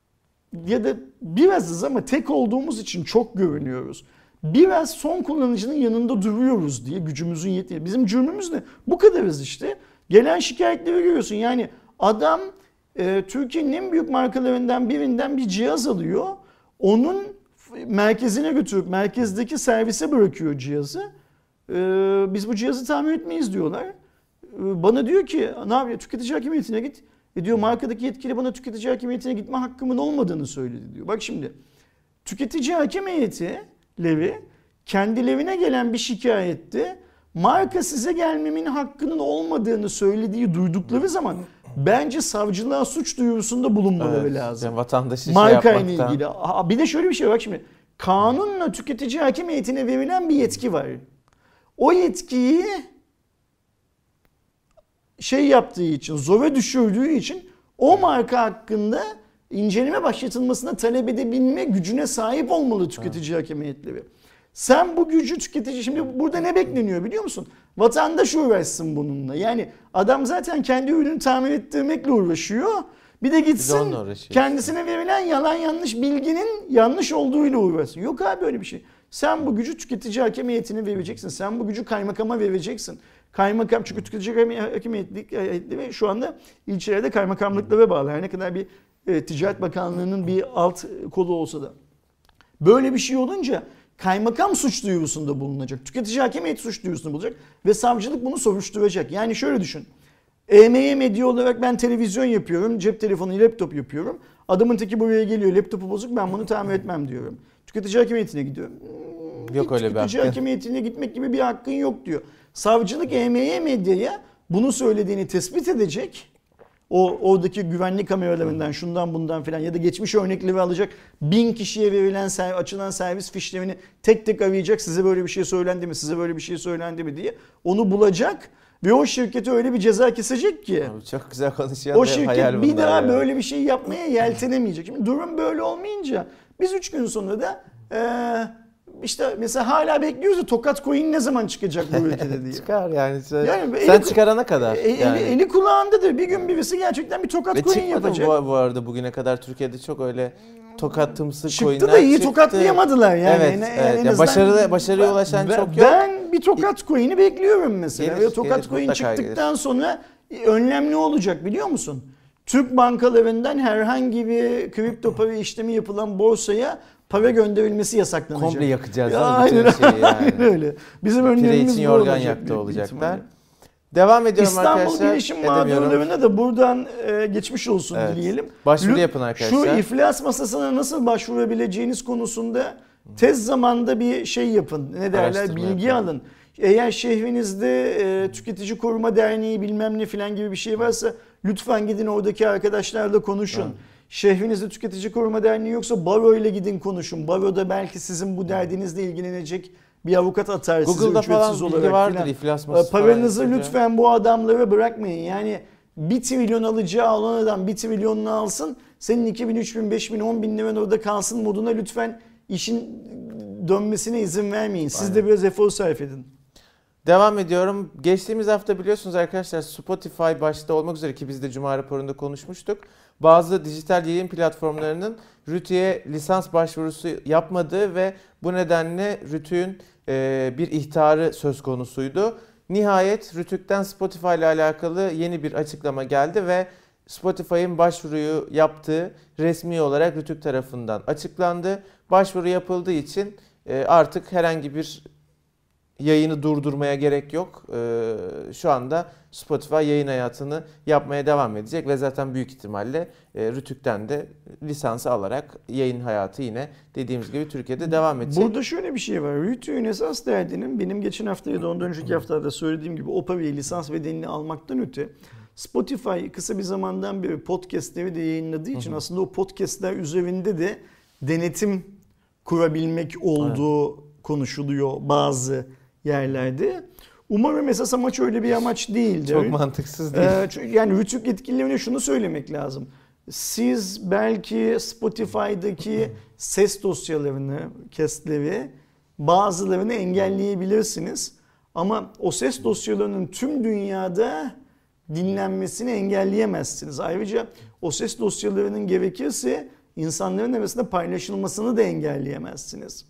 ya da birazız ama tek olduğumuz için çok görünüyoruz. Biraz son kullanıcının yanında duruyoruz diye gücümüzün yettiği. Bizim cürmümüz ne? Bu kadarız işte. Gelen şikayetleri görüyorsun. Yani adam Türkiye'nin en büyük markalarından birinden bir cihaz alıyor. Onun merkezine götürüp merkezdeki servise bırakıyor cihazı. Biz bu cihazı tamir etmeyiz diyorlar. Bana diyor ki ne yapıyor? Tüketici hakimiyetine git. Diyor markadaki yetkili bana tüketici hakimiyetine gitme hakkımın olmadığını söyledi diyor. Bak şimdi tüketici hakimiyetleri kendilerine gelen bir şikayette marka size gelmemin hakkının olmadığını söylediği duydukları zaman bence savcılığa suç duyurusunda bulunmaları lazım. Yani vatandaşı markayla şey yapmaktan. ilgili. Bir de şöyle bir şey bak şimdi. Kanunla tüketici hakimiyetine verilen bir yetki var. O yetkiyi yaptığı için, zora düşürdüğü için o marka hakkında inceleme başlatılmasına talep edebilme gücüne sahip olmalı tüketici hakimiyetleri. Sen bu gücü tüketici, şimdi burada ne bekleniyor biliyor musun? Vatandaş uğraşsın bununla. Yani adam zaten kendi ürünü tamir ettirmekle uğraşıyor. Bir de gitsin kendisine verilen yalan yanlış bilginin yanlış olduğuyla uğraşsın. Yok abi böyle bir şey. Sen bu gücü tüketici hakimiyetine vereceksin. Sen bu gücü kaymakama vereceksin. Kaymakam çünkü tüketici hakimiyetleri şu anda ilçelerde kaymakamlıklara bağlı. Her ne kadar bir Ticaret Bakanlığı'nın bir alt kolu olsa da. Böyle bir şey olunca kaymakam suç duyurusunda bulunacak. Tüketici hakimiyet suç duyurusunda bulunacak ve savcılık bunu soruşturacak. Yani şöyle düşün. EME'ye medya olarak ben televizyon yapıyorum, cep telefonu, laptop yapıyorum. Adamın teki buraya geliyor, laptopu bozuk ben bunu tamir etmem diyorum. Tüketici hakimiyetine gidiyorum. Yok öyle bir hakkın. Tüketici hakimiyetine gitmek gibi bir hakkın yok diyor. Savcılık EME'ye medyaya bunu söylediğini tespit edecek. Oradaki güvenlik kameralarından şundan bundan filan ya da geçmiş örnekleri alacak. 1000 kişiye verilen açılan servis fişlerini tek tek arayacak. Size böyle bir şey söylendi mi? Size böyle bir şey söylendi mi diye. Onu bulacak ve o şirkete öyle bir ceza kesecek ki. Abi çok güzel konuşuyor. O şirket bir daha böyle bir şey yapmaya yeltenemeyecek. Şimdi durum böyle olmayınca biz 3 gün sonra da işte mesela hala bekliyoruz ya Tokat Coin ne zaman çıkacak bu ülkede diye. Çıkar yani. Sen çıkarana kadar. Eli kulağındadır. Bir gün birisi gerçekten bir Tokat Coin yapacak. Bu arada bugüne kadar Türkiye'de çok öyle tokatımsı coinler çıktı da iyi tokatlayamadılar yani. Evet. En başarıya ulaşan çok yok. Ben bir Tokat Coin'i bekliyorum mesela. Gelir, Tokat Coin çıktıktan gelir. sonra önlem ne olacak biliyor musun? Türk bankalarından herhangi bir kripto para işlemi yapılan borsaya para gönderilmesi yasaklanacak. Komple yakacağız Ya, değil mi bütün şeyi yani. Aynen öyle. Bizim Pire önlemimiz için bu yorgan olacak yaktı büyük olacaklar. ihtimalle. Devam ediyorum İstanbul arkadaşlar. bilişim Edemiyorum. mağdurlarına da buradan geçmiş olsun Evet. dileyelim. Başvuru yapın arkadaşlar. Şu iflas masasına nasıl başvurabileceğiniz konusunda tez zamanda bir şey yapın. Ne derler? Araştırma Bilgi yapın. alın. Eğer şehrinizde Tüketici Koruma Derneği bilmem ne filan gibi bir şey varsa lütfen gidin oradaki arkadaşlarla konuşun. Evet. Şehrinizde Tüketici Koruma Derneği yoksa baro ile gidin konuşun. Baroda belki sizin bu derdinizle ilgilenecek bir avukat atar size Google'da ücretsiz falan olarak. bilgi vardır filan. iflas masası Paranızı falan lütfen bu adamlara bırakmayın. Yani 1 trilyon alacağı olan adam 1 trilyonunu alsın. Senin 2000, 3000, 5000, 10.000 liran orada kalsın moduna lütfen işin dönmesine izin vermeyin. Siz Aynen. de biraz efor sarf edin. Devam ediyorum. Geçtiğimiz hafta biliyorsunuz arkadaşlar Spotify başta olmak üzere ki biz de Cuma raporunda konuşmuştuk. Bazı dijital yayın platformlarının Rütü'ye lisans başvurusu yapmadığı ve bu nedenle Rütü'nün bir ihtarı söz konusuydu. Nihayet Rütük'ten Spotify ile alakalı yeni bir açıklama geldi ve Spotify'ın başvuruyu yaptığı resmi olarak Rütük tarafından açıklandı. Başvuru yapıldığı için artık herhangi bir yayını durdurmaya gerek yok. Şu anda Spotify yayın hayatını yapmaya devam edecek ve zaten büyük ihtimalle Rütük'ten de lisansı alarak yayın hayatı yine dediğimiz gibi Türkiye'de devam edecek. Burada şöyle bir şey var. Rütük'ün esas derdinin benim geçen hafta ya da ondan önceki haftada söylediğim gibi o parayı lisans bedelini almaktan öte Spotify kısa bir zamandan beri podcastleri de yayınladığı için aslında o podcastler üzerinde de denetim kurabilmek olduğu konuşuluyor bazı yerlerde. Umarım esas amaç öyle bir amaç değildir. Çok mantıksız değil. Yani Rütük yetkililerine şunu söylemek lazım. Siz belki Spotify'daki ses dosyalarını, kestleri bazılarını engelleyebilirsiniz. Ama o ses dosyalarının tüm dünyada dinlenmesini engelleyemezsiniz. Ayrıca o ses dosyalarının gerekirse insanların arasında paylaşılmasını da engelleyemezsiniz.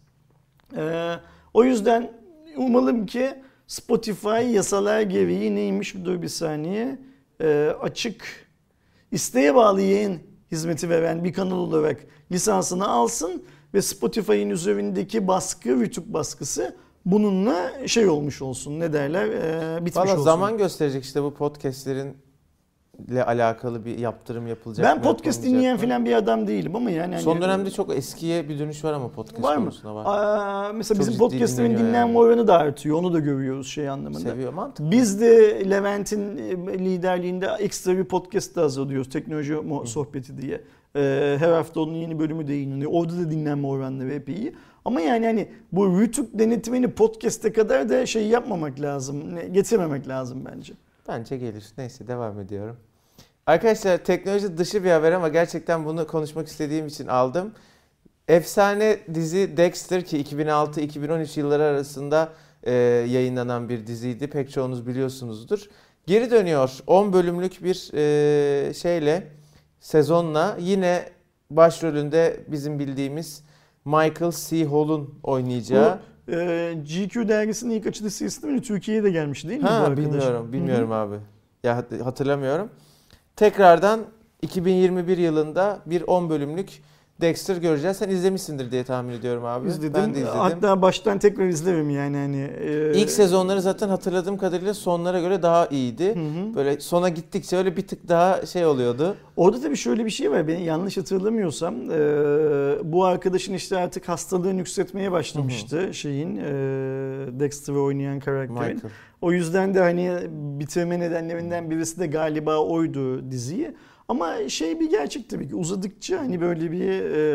O yüzden umalım ki Spotify yasalar gereği neymiş? Dur bir saniye. Açık isteğe bağlı yayın hizmeti veren bir kanal olarak lisansını alsın ve Spotify'ın üzerindeki baskı, Rütük baskısı bununla şey olmuş olsun. Ne derler? Bitmiş Valla olsun. zaman gösterecek işte bu podcastlerin ile alakalı bir yaptırım yapılacak Ben mı, podcast yapılmayacak dinleyen mı? falan bir adam değilim ama yani Son dönemde çok eskiye bir dönüş var ama podcast var mı? konusunda var. Mesela Çok bizim ciddi podcastlerin dinleniyor dinlenme yani. oranı da artıyor. Onu da görüyoruz şey anlamında. Seviyor, mantıklı. Biz de Levent'in liderliğinde ekstra bir podcast da hazırlıyoruz. Teknoloji sohbeti diye. Her hafta onun yeni bölümü de yayınlanıyor. Orada da dinlenme oranları epey iyi. Ama yani hani bu Rütük denetimini podcast'e kadar da şey yapmamak lazım. Getirmemek lazım bence. Bence gelir. Neyse devam ediyorum. Arkadaşlar teknoloji dışı bir haber ama gerçekten bunu konuşmak istediğim için aldım. Efsane dizi Dexter ki 2006-2013 yılları arasında yayınlanan bir diziydi. Pek çoğunuz biliyorsunuzdur. Geri dönüyor 10 bölümlük bir sezonla yine başrolünde bizim bildiğimiz Michael C. Hall'un oynayacağı. Bu, GQ dergisinin ilk açılış serisi Türkiye'ye de gelmiş değil mi bu Ha arkadaş? bilmiyorum abi. Ya hatırlamıyorum. Tekrardan 2021 yılında bir 10 bölümlük Dexter göreceğiz. Sen izlemişsindir diye tahmin ediyorum abi. İzledim. Ben de izledim. Hatta baştan tekrar izlerim yani hani. İlk sezonları zaten hatırladığım kadarıyla sonlara göre daha iyiydi. Böyle sona gittikçe öyle bir tık daha şey oluyordu. Orada tabii şöyle bir şey var. Ben yanlış hatırlamıyorsam bu arkadaşın işte artık hastalığını yükseltmeye başlamıştı Dexter'ı oynayan karakterin. Michael. O yüzden de hani bitirme nedenlerinden birisi de galiba oydu diziyi. Ama bir gerçek tabii ki uzadıkça hani böyle bir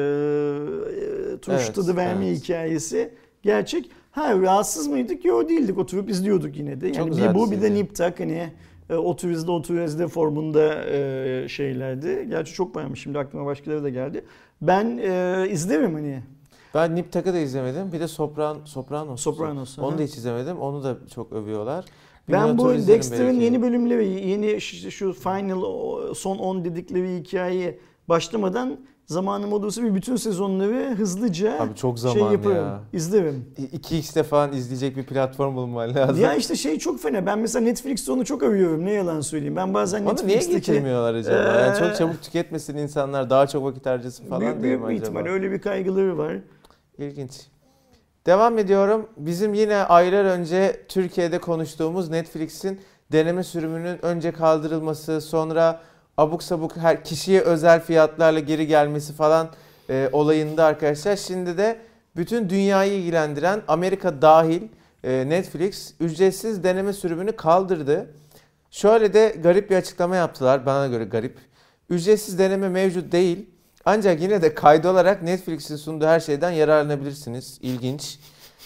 turuş tadı verme hikayesi gerçek. Rahatsız mıydık? Yok değildik. Oturup izliyorduk yine de. Yani bir bu bir de Niptak hani oturizde formunda şeylerdi. Gerçi çok varmış şimdi aklıma başkaları da geldi. Ben izlerim hani. Ben Niptak'ı da izlemedim. Bir de Sopranos. Onu da hiç izlemedim. Onu da çok övüyorlar. Ben bu Dexter'ın yeni bölümleri, yeni şu final son 10 dedikleri hikaye başlamadan zamanım olursa bir bütün sezonları hızlıca Abi çok zaman yaparım. ya. İzlerim. 2x'te falan izleyecek bir platform bulman lazım. Ya işte çok fena. Ben mesela Netflix'te onu çok övüyorum. Ne yalan söyleyeyim. Ben bazen Onu niye Netflix'teki... getirmiyorlar acaba? Yani çok çabuk tüketmesin insanlar, daha çok vakit harcasın falan diye mi Büyük bir acaba? ihtimal öyle bir kaygıları var. İlginç. Devam ediyorum. Bizim yine aylar önce Türkiye'de konuştuğumuz Netflix'in deneme sürümünün önce kaldırılması, sonra abuk sabuk her kişiye özel fiyatlarla geri gelmesi falan olayında arkadaşlar. Şimdi de bütün dünyayı ilgilendiren, Amerika dahil, Netflix ücretsiz deneme sürümünü kaldırdı. Şöyle de garip bir açıklama yaptılar. Bana göre garip. Ücretsiz deneme mevcut değil. Ancak yine de kaydı olarak Netflix'in sunduğu her şeyden yararlanabilirsiniz. İlginç.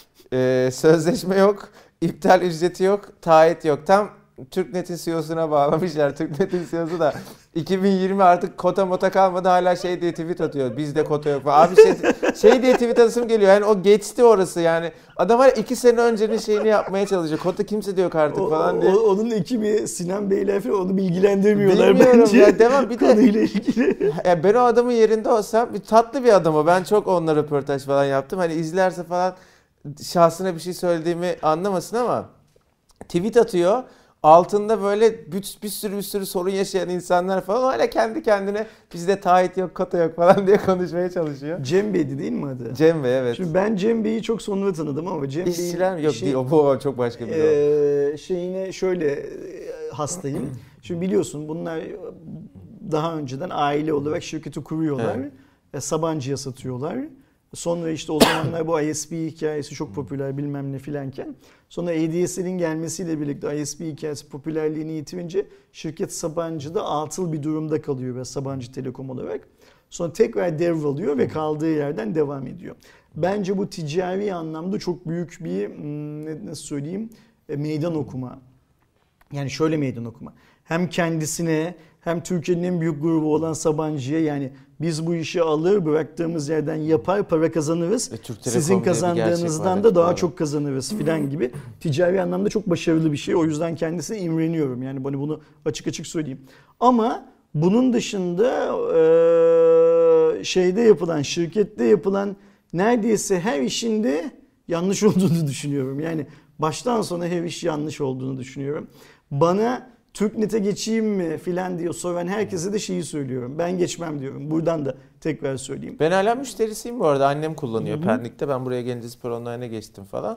Sözleşme yok, iptal ücreti yok, taahhüt yok. Tam TürkNet'in CEO'suna bağlamışlar. TürkNet'in CEO'su da 2020 artık kota mota kalmadı, hala şey diye tweet atıyor. Bizde kota yok falan. Abi şey diye tweet atasım geliyor. Yani o geçti orası yani. Adam var 2 sene öncenin şeyini yapmaya çalışıyor. Kota kimse de yok artık falan diye. Onun ekibi Sinan Beyler falan onu bilgilendirmiyorlar bilmiyorum bence. Ya, devam bir konuyla de ilgili. ya ben o adamın yerinde olsam, bir tatlı bir adam o. Ben çok onunla röportaj falan yaptım. Hani izlerse falan şahsına bir şey söylediğimi anlamasın ama tweet atıyor. Altında böyle bir sürü sorun yaşayan insanlar falan hala kendi kendine bizde taahhüt yok, kota yok falan diye konuşmaya çalışıyor. Cem Bey'di değil mi adı? Cem Bey, evet. Şimdi ben Cem Bey'i çok sonra tanıdım ama Cem Bey'in İşçiler yok değil, o çok başka bir şeyine şöyle hastayım. Şimdi biliyorsun bunlar daha önceden aile olarak şirketi kuruyorlar. Evet. Sabancı'ya satıyorlar. Sonra işte o zamanlar bu ISP hikayesi çok popüler bilmem ne filanken. Sonra ADSL'in gelmesiyle birlikte ISP hikayesi popülerliğini yitirince şirket Sabancı'da atıl bir durumda kalıyor ve Sabancı Telekom olarak. Sonra tekrar devralıyor ve kaldığı yerden devam ediyor. Bence bu ticari anlamda çok büyük bir nasıl söyleyeyim meydan okuma. Yani şöyle meydan okuma. Hem kendisine hem Türkiye'nin en büyük grubu olan Sabancı'ya, yani biz bu işi alır bıraktığımız yerden yapar para kazanırız. Sizin kazandığınızdan da daha çok kazanırız filan gibi ticari anlamda çok başarılı bir şey. O yüzden kendisine imreniyorum. Yani bunu açık açık söyleyeyim. Ama bunun dışında şeyde yapılan, şirkette yapılan neredeyse her işinde yanlış olduğunu düşünüyorum. Yani baştan sona her iş yanlış olduğunu düşünüyorum. Bana TürkNet'e geçeyim mi filan diyor soran herkese de şeyi söylüyorum. Ben geçmem diyorum. Buradan da tekrar söyleyeyim. Ben hala müşterisiyim bu arada. Annem kullanıyor Pendik'te. Ben buraya gelince Spor Online'a geçtim falan.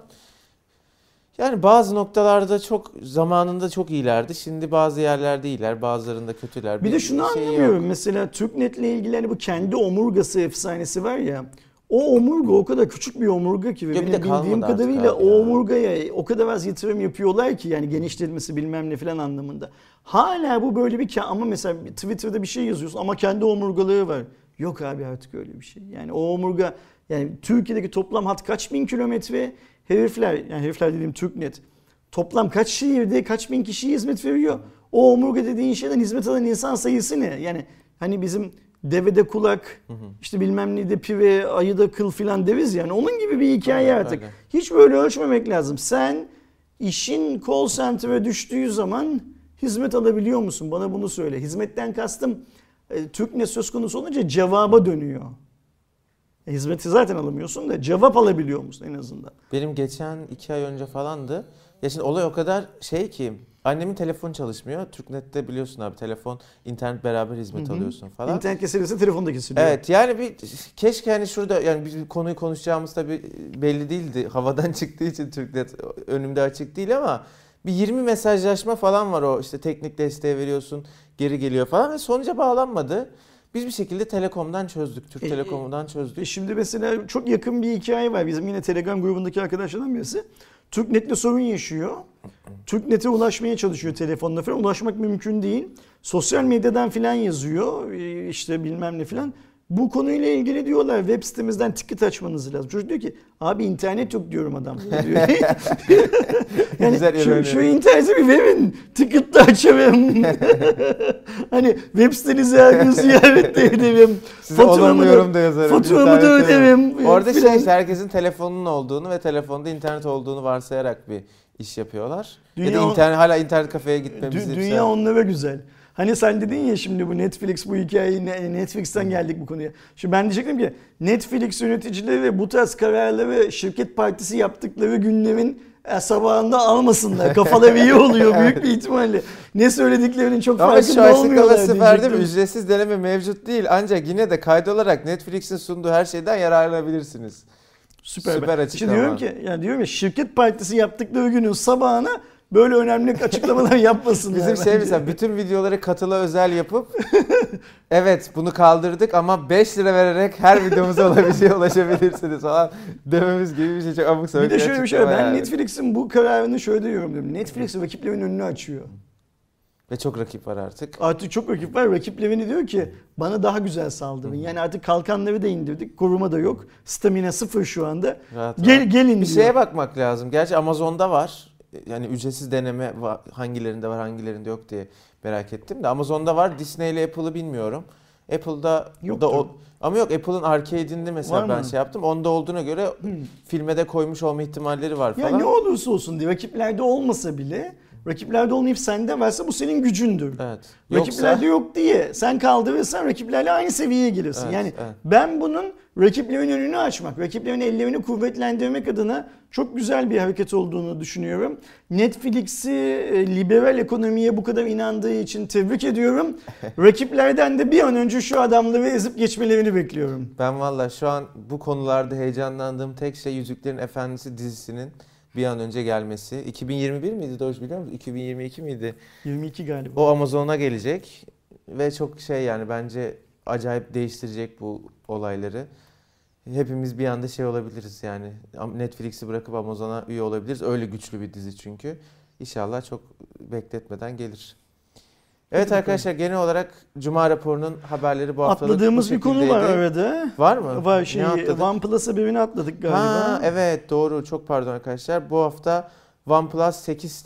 Yani bazı noktalarda çok zamanında çok iyilerdi. Şimdi bazı yerlerde iyiler, bazılarında kötüler. Bir de şunu anlamıyorum. Mesela TürkNet'le ilgili hani bu kendi omurgası efsanesi var ya. O omurga o kadar küçük bir omurga ki ve benim bildiğim kadarıyla o omurgaya o kadar az yatırım yapıyorlar ki yani genişletilmesi bilmem ne falan anlamında. Hala bu böyle bir ama mesela Twitter'da bir şey yazıyorsun ama kendi omurgalığı var. Yok abi artık öyle bir şey. Yani o omurga, yani Türkiye'deki toplam hat kaç bin kilometre, herifler dediğim TürkNet toplam kaç şehirde kaç bin kişiye hizmet veriyor. O omurga dediğin şeyden hizmet alan insan sayısı ne? Yani hani bizim devede kulak, işte bilmem ne de pive, ayıda kıl filan deriz yani. Onun gibi bir hikaye artık. Öyle. Hiç böyle ölçmemek lazım. Sen işin call center'a düştüğü zaman hizmet alabiliyor musun? Bana bunu söyle. Hizmetten kastım TürkNet söz konusu olunca cevaba dönüyor. Hizmeti zaten alamıyorsun da cevap alabiliyor musun en azından? Benim geçen 2 ay önce falandı. Ya şimdi olay o kadar şey ki, annemin telefonu çalışmıyor. TürkNet'te biliyorsun abi, telefon, internet beraber hizmet alıyorsun falan. İnternet kesilirse telefon da kesiliyor. Evet, yani bir keşke hani şurada, yani bir konuyu konuşacağımız tabii belli değildi. Havadan çıktığı için TürkNet önümde açık değil ama bir 20 mesajlaşma falan var, o işte teknik desteği veriyorsun, geri geliyor falan ve sonuca bağlanmadı. Biz bir şekilde Telekom'dan çözdük. Türk Telekom'dan çözdük. Şimdi mesela çok yakın bir hikaye var. Bizim yine Telegram grubundaki arkadaşlardan birisi. TürkNet'le sorun yaşıyor. TürkNet'e ulaşmaya çalışıyor telefonla falan. Ulaşmak mümkün değil. Sosyal medyadan filan yazıyor. İşte bilmem ne filan. Bu konuyla ilgili diyorlar web sitemizden ticket açmanız lazım. Çocuk diyor ki abi internet yok diyorum adam. Diyor. Yani şu interneti bir verin. Ticket de açamam. Hani web sitenizi her gün ziyaret de edemem. Olamıyorum da yazarım. Faturamı da ödemem. Orada şey işte, herkesin telefonunun olduğunu ve telefonda internet olduğunu varsayarak bir iş yapıyorlar. Ya da hala internet kafeye gitmemizi. Dünya onlara güzel. Hani sen dedin ya şimdi bu Netflix bu hikayeyi Netflix'ten geldik bu konuya. Şimdi ben diyecektim ki Netflix yöneticileri ve bu tarz kararları şirket partisi yaptıkları günlerin sabahında almasınlar. Kafaları iyi oluyor büyük bir ihtimalle. Ne söylediklerinin çok farkında olmuyorlar diyecektim. Verdi mi? Ücretsiz deneme mevcut değil. Ancak yine de kaydolarak Netflix'in sunduğu her şeyden yararlanabilirsiniz. Süper açıklama. Şimdi diyorum ki şirket partisi yaptıkları günün sabahına böyle önemli açıklamalar yapmasınlar. Bizim mesela bütün videoları katıla özel yapıp evet bunu kaldırdık ama 5 lira vererek her videomuza ulaşabilirsiniz falan dememiz gibi bir şey, çok abuk sabuk. Bir de şöyle bir şey var. Ben Netflix'in bu kararını şöyle yorumluyorum. Netflix rakiplerin önünü açıyor. Ve çok rakip var artık. Artık çok rakip var. Rakiplerini diyor ki bana daha güzel saldırın. Yani artık kalkanları da indirdik. Koruma da yok. Stamina 0 şu anda. Gelin diyor. Bir şeye bakmak lazım. Gerçi Amazon'da var. Yani ücretsiz deneme hangilerinde var hangilerinde yok diye merak ettim de. Amazon'da var. Disney ile Apple'ı bilmiyorum. Apple'da da ama yok, Apple'ın Arcade'inde mesela ben şey yaptım. Onda olduğuna göre filme de koymuş olma ihtimalleri var falan. Ya ne olursa olsun diye rakiplerde olmasa bile, rakiplerde olmayıp sende varsa bu senin gücündür. Evet. Rakiplerde yok diye sen kaldırırsan rakiplerle aynı seviyeye gelirsin. Yani ben bunun rakiplerin önünü açmak, rakiplerin ellerini kuvvetlendirmek adına çok güzel bir hareket olduğunu düşünüyorum. Netflix'i liberal ekonomiye bu kadar inandığı için tebrik ediyorum. Rakiplerden de bir an önce şu adamları ezip geçmelerini bekliyorum. Ben valla şu an bu konularda heyecanlandığım tek şey Yüzüklerin Efendisi dizisinin bir an önce gelmesi. 2021 miydi Doğuş, biliyor musun? 2022 miydi? 22 galiba. O Amazon'a gelecek ve çok yani bence acayip değiştirecek bu olayları. Hepimiz bir anda olabiliriz yani. Netflix'i bırakıp Amazon'a üye olabiliriz. Öyle güçlü bir dizi çünkü. İnşallah çok bekletmeden gelir. Evet arkadaşlar, genel olarak Cuma raporunun haberleri bu haftalık atladığımız bir konu var arada. Var mı? Var. OnePlus'a birini atladık galiba. Ha, evet doğru, çok pardon arkadaşlar. Bu hafta OnePlus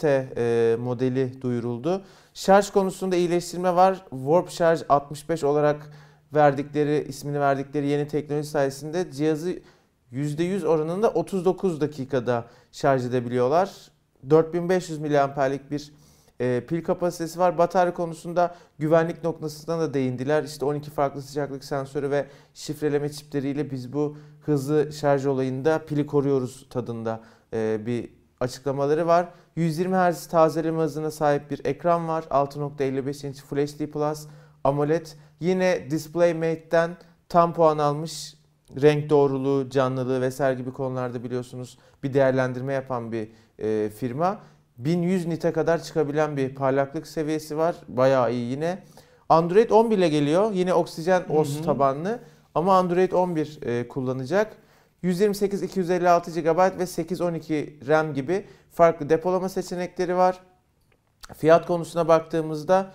8T modeli duyuruldu. Şarj konusunda iyileştirme var. Warp Charge 65 olarak ismini verdikleri yeni teknoloji sayesinde cihazı %100 oranında 39 dakikada şarj edebiliyorlar. 4500 mAh'lik bir pil kapasitesi var. Batarya konusunda güvenlik noktasına da değindiler. İşte 12 farklı sıcaklık sensörü ve şifreleme çipleriyle biz bu hızlı şarj olayında pili koruyoruz tadında bir açıklamaları var. 120 Hz tazeleme hızına sahip bir ekran var. 6.55 inç Full HD Plus AMOLED. Yine DisplayMate'den tam puan almış. Renk doğruluğu, canlılığı vesaire gibi konularda biliyorsunuz bir değerlendirme yapan bir firma. 1100 nite kadar çıkabilen bir parlaklık seviyesi var. Bayağı iyi yine. Android 11 ile geliyor. Yine Oxygen OS tabanlı ama Android 11 kullanacak. 128, 256 GB ve 812 RAM gibi farklı depolama seçenekleri var. Fiyat konusuna baktığımızda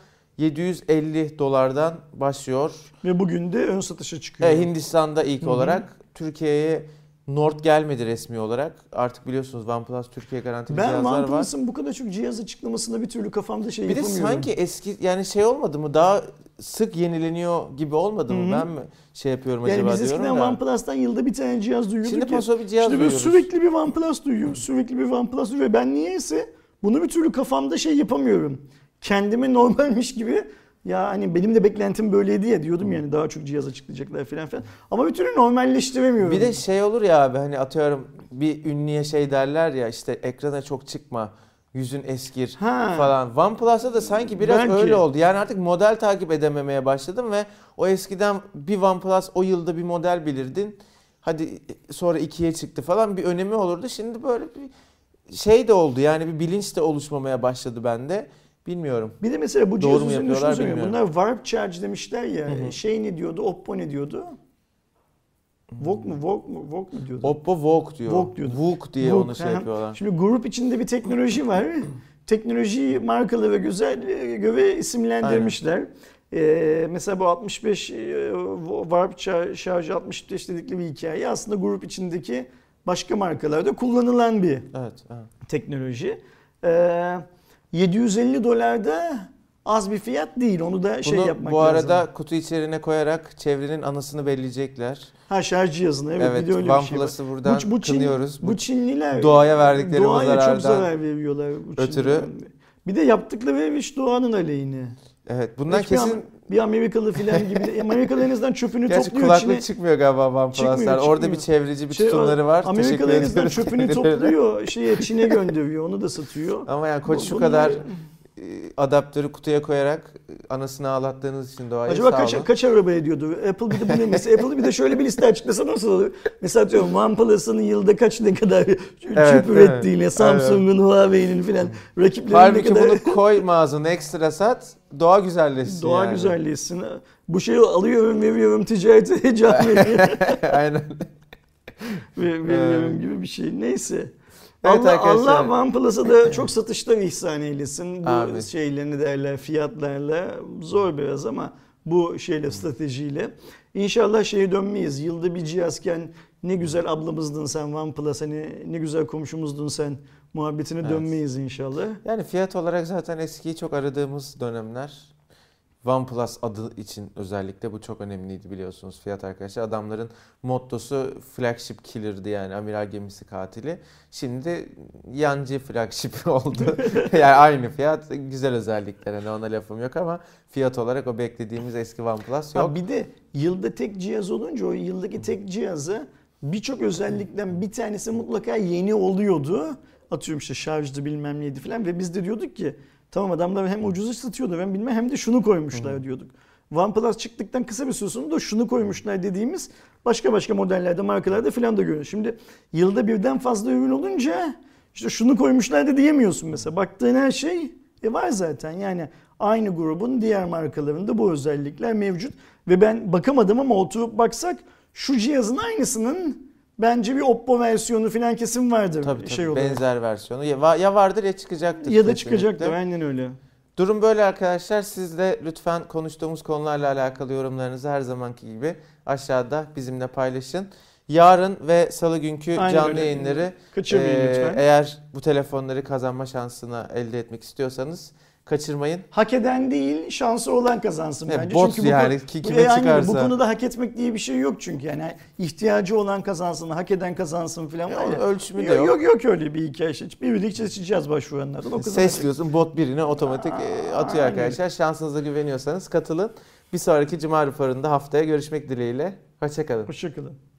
$750'dan başlıyor. Ve bugün de ön satışa çıkıyor. Hindistan'da ilk olarak. Türkiye'ye Nord gelmedi resmi olarak. Artık biliyorsunuz OnePlus Türkiye garantili cihazlar var. Ben OnePlus'ın bu kadar çok cihaz açıklamasında bir türlü kafamda yapamıyorum. Bir de sanki eski yani olmadı mı? Daha sık yenileniyor gibi olmadı mı? Ben mi yapıyorum acaba diyorum da. Yani biz eskiden OnePlus'tan yılda bir tane cihaz duyuyorduk. Şimdi paso bir cihaz duyuyoruz. Sürekli bir OnePlus duyuyoruz. Sürekli bir OnePlus duyuyoruz. Ve ben niyeyse bunu bir türlü kafamda yapamıyorum. Kendime normalmiş gibi. Ya hani benim de beklentim böyleydi ya, diyordum yani daha çok cihaz açıklayacaklar falan. Ama bir türlü normalleştiremiyorum. Bir de olur ya abi, hani atıyorum bir ünlüye derler ya, işte ekrana çok çıkma, yüzün eskir falan. OnePlus'ta da sanki biraz öyle oldu. Yani artık model takip edememeye başladım ve o eskiden bir OnePlus o yılda bir model bilirdin. Hadi sonra 2'ye çıktı falan, bir önemi olurdu. Şimdi böyle bir de oldu yani, bir bilinç de oluşmamaya başladı bende. Bilmiyorum. Bir de mesela bu cihaz üzerinde şunu söylüyorum. Bunlar Warp Charge demişler ya. Ne diyordu? Oppo ne diyordu? VOOC mu diyordu? Oppo VOOC diyor. VOOC diye onu yapıyorlar. Şimdi grup içinde bir teknoloji var. Teknolojiyi markalı ve güzel göre isimlendirmişler. Mesela bu 65 Warp Charge 65 dedikleri bir hikaye aslında grup içindeki başka markalarda kullanılan bir teknoloji. $750 az bir fiyat değil. Onu da yapmak lazım. Bu arada kutu içeriğine koyarak çevrenin anısını belirleyecekler. Şarj cihazını. Evet, bir de öyle bir şey var. OnePlus'ı buradan kınıyoruz. Bu Çinliler doğaya verdikleri bu zarardan çok zarar veriyorlar. Ötürü. Bir de yaptıkları doğanın aleyhine. Evet, bundan Hiçbir kesin bir Amerikalı filan gibi. Amerikalı en azından çöpünü gerçi topluyor kulaklık içine. çıkmıyor galiba OnePlus'lar. Çıkmıyor, Orada çıkmıyor. bir çevreci bir tutumları var. Amerikalı en azından Teşekkür çöpünü ediyoruz. topluyor. Çin'e gönderiyor. Onu da satıyor. Ama yani Koç şu Bunu- kadar adaptörü kutuya koyarak anasını ağlattığınız için doğaya Acaba sağ olun. kaç araba ediyordu? Apple bir de bu ne mesela? Apple bir de şöyle bir liste açıklasa nasıl olur? Mesela diyorum OnePlus'ın yılda ne kadar çöp ürettiğini, Samsung'un, Huawei'nin filan rakiplerinin ne Halbuki kadar... bunu koy mağazana ekstra sat, doğa güzelleşsin Doğa yani. güzelleşsin. Bu şeyi alıyorum, veriyorum, ticarete heyecan veriyor. Aynen. Veriyorum gibi bir şey. Neyse. Evet Allah arkadaşlar. OnePlus'a da çok satışlar ihsan eylesin. Bu Amin. şeylerini derler, fiyatlarla zor biraz ama bu şeyle, stratejiyle. İnşallah şeye dönmeyiz. Yılda bir cihazken ne güzel ablamızdın sen OnePlus, hani ne güzel komşumuzdun sen muhabbetine dönmeyiz inşallah. Yani fiyat olarak zaten eskiyi çok aradığımız dönemler. OnePlus adı için özellikle bu çok önemliydi biliyorsunuz fiyat arkadaşlar. Adamların mottosu flagship killer'dı yani amiral gemisi katili. Şimdi yancı flagship oldu. Yani aynı fiyat, güzel özellikler. Hani ona lafım yok ama fiyat olarak o beklediğimiz eski OnePlus yok. Ha, bir de yılda tek cihaz olunca o yıldaki tek cihaza birçok özellikten bir tanesi mutlaka yeni oluyordu. Atıyorum işte şarjdı bilmem neydi falan ve biz de diyorduk ki tamam adamlar hem ucuzu satıyordu ben bilmem hem de şunu koymuşlar diyorduk. OnePlus çıktıktan kısa bir süre sonra da şunu koymuşlar dediğimiz başka modellerde, markalarda falan da görüyoruz. Şimdi yılda birden fazla ürün olunca işte şunu koymuşlar da diyemiyorsun mesela. Baktığın her şey var zaten. Yani aynı grubun diğer markalarında bu özellikler mevcut. Ve ben bakamadım ama oturup baksak şu cihazın aynısının bence bir Oppo versiyonu falan kesin vardır. Tabii, benzer versiyonu. Ya vardır ya çıkacaktır. Ya da kesinlikle. çıkacaktır, aynen öyle. Durum böyle arkadaşlar. Siz de lütfen konuştuğumuz konularla alakalı yorumlarınızı her zamanki gibi aşağıda bizimle paylaşın. Yarın ve salı günkü Aynen canlı öyle. yayınları Kaçırmayın lütfen. eğer bu telefonları kazanma şansını elde etmek istiyorsanız kaçırmayın. Hak eden değil, şansı olan kazansın bence. Bot çünkü yani kime çıkarsa. Bu konuda hak etmek diye bir şey yok çünkü. Yani ihtiyacı olan kazansın, hak eden kazansın falan var ya. Ölçümü de yok. Yok öyle bir hikaye. Birlikte seçeceğiz başvuranlardan. O kadar. Sesliyorsun, bot birine otomatik atıyor arkadaşlar. Şansınıza güveniyorsanız katılın. Bir sonraki Cuma raporunda haftaya görüşmek dileğiyle. Hoşçakalın. Hoşçakalın.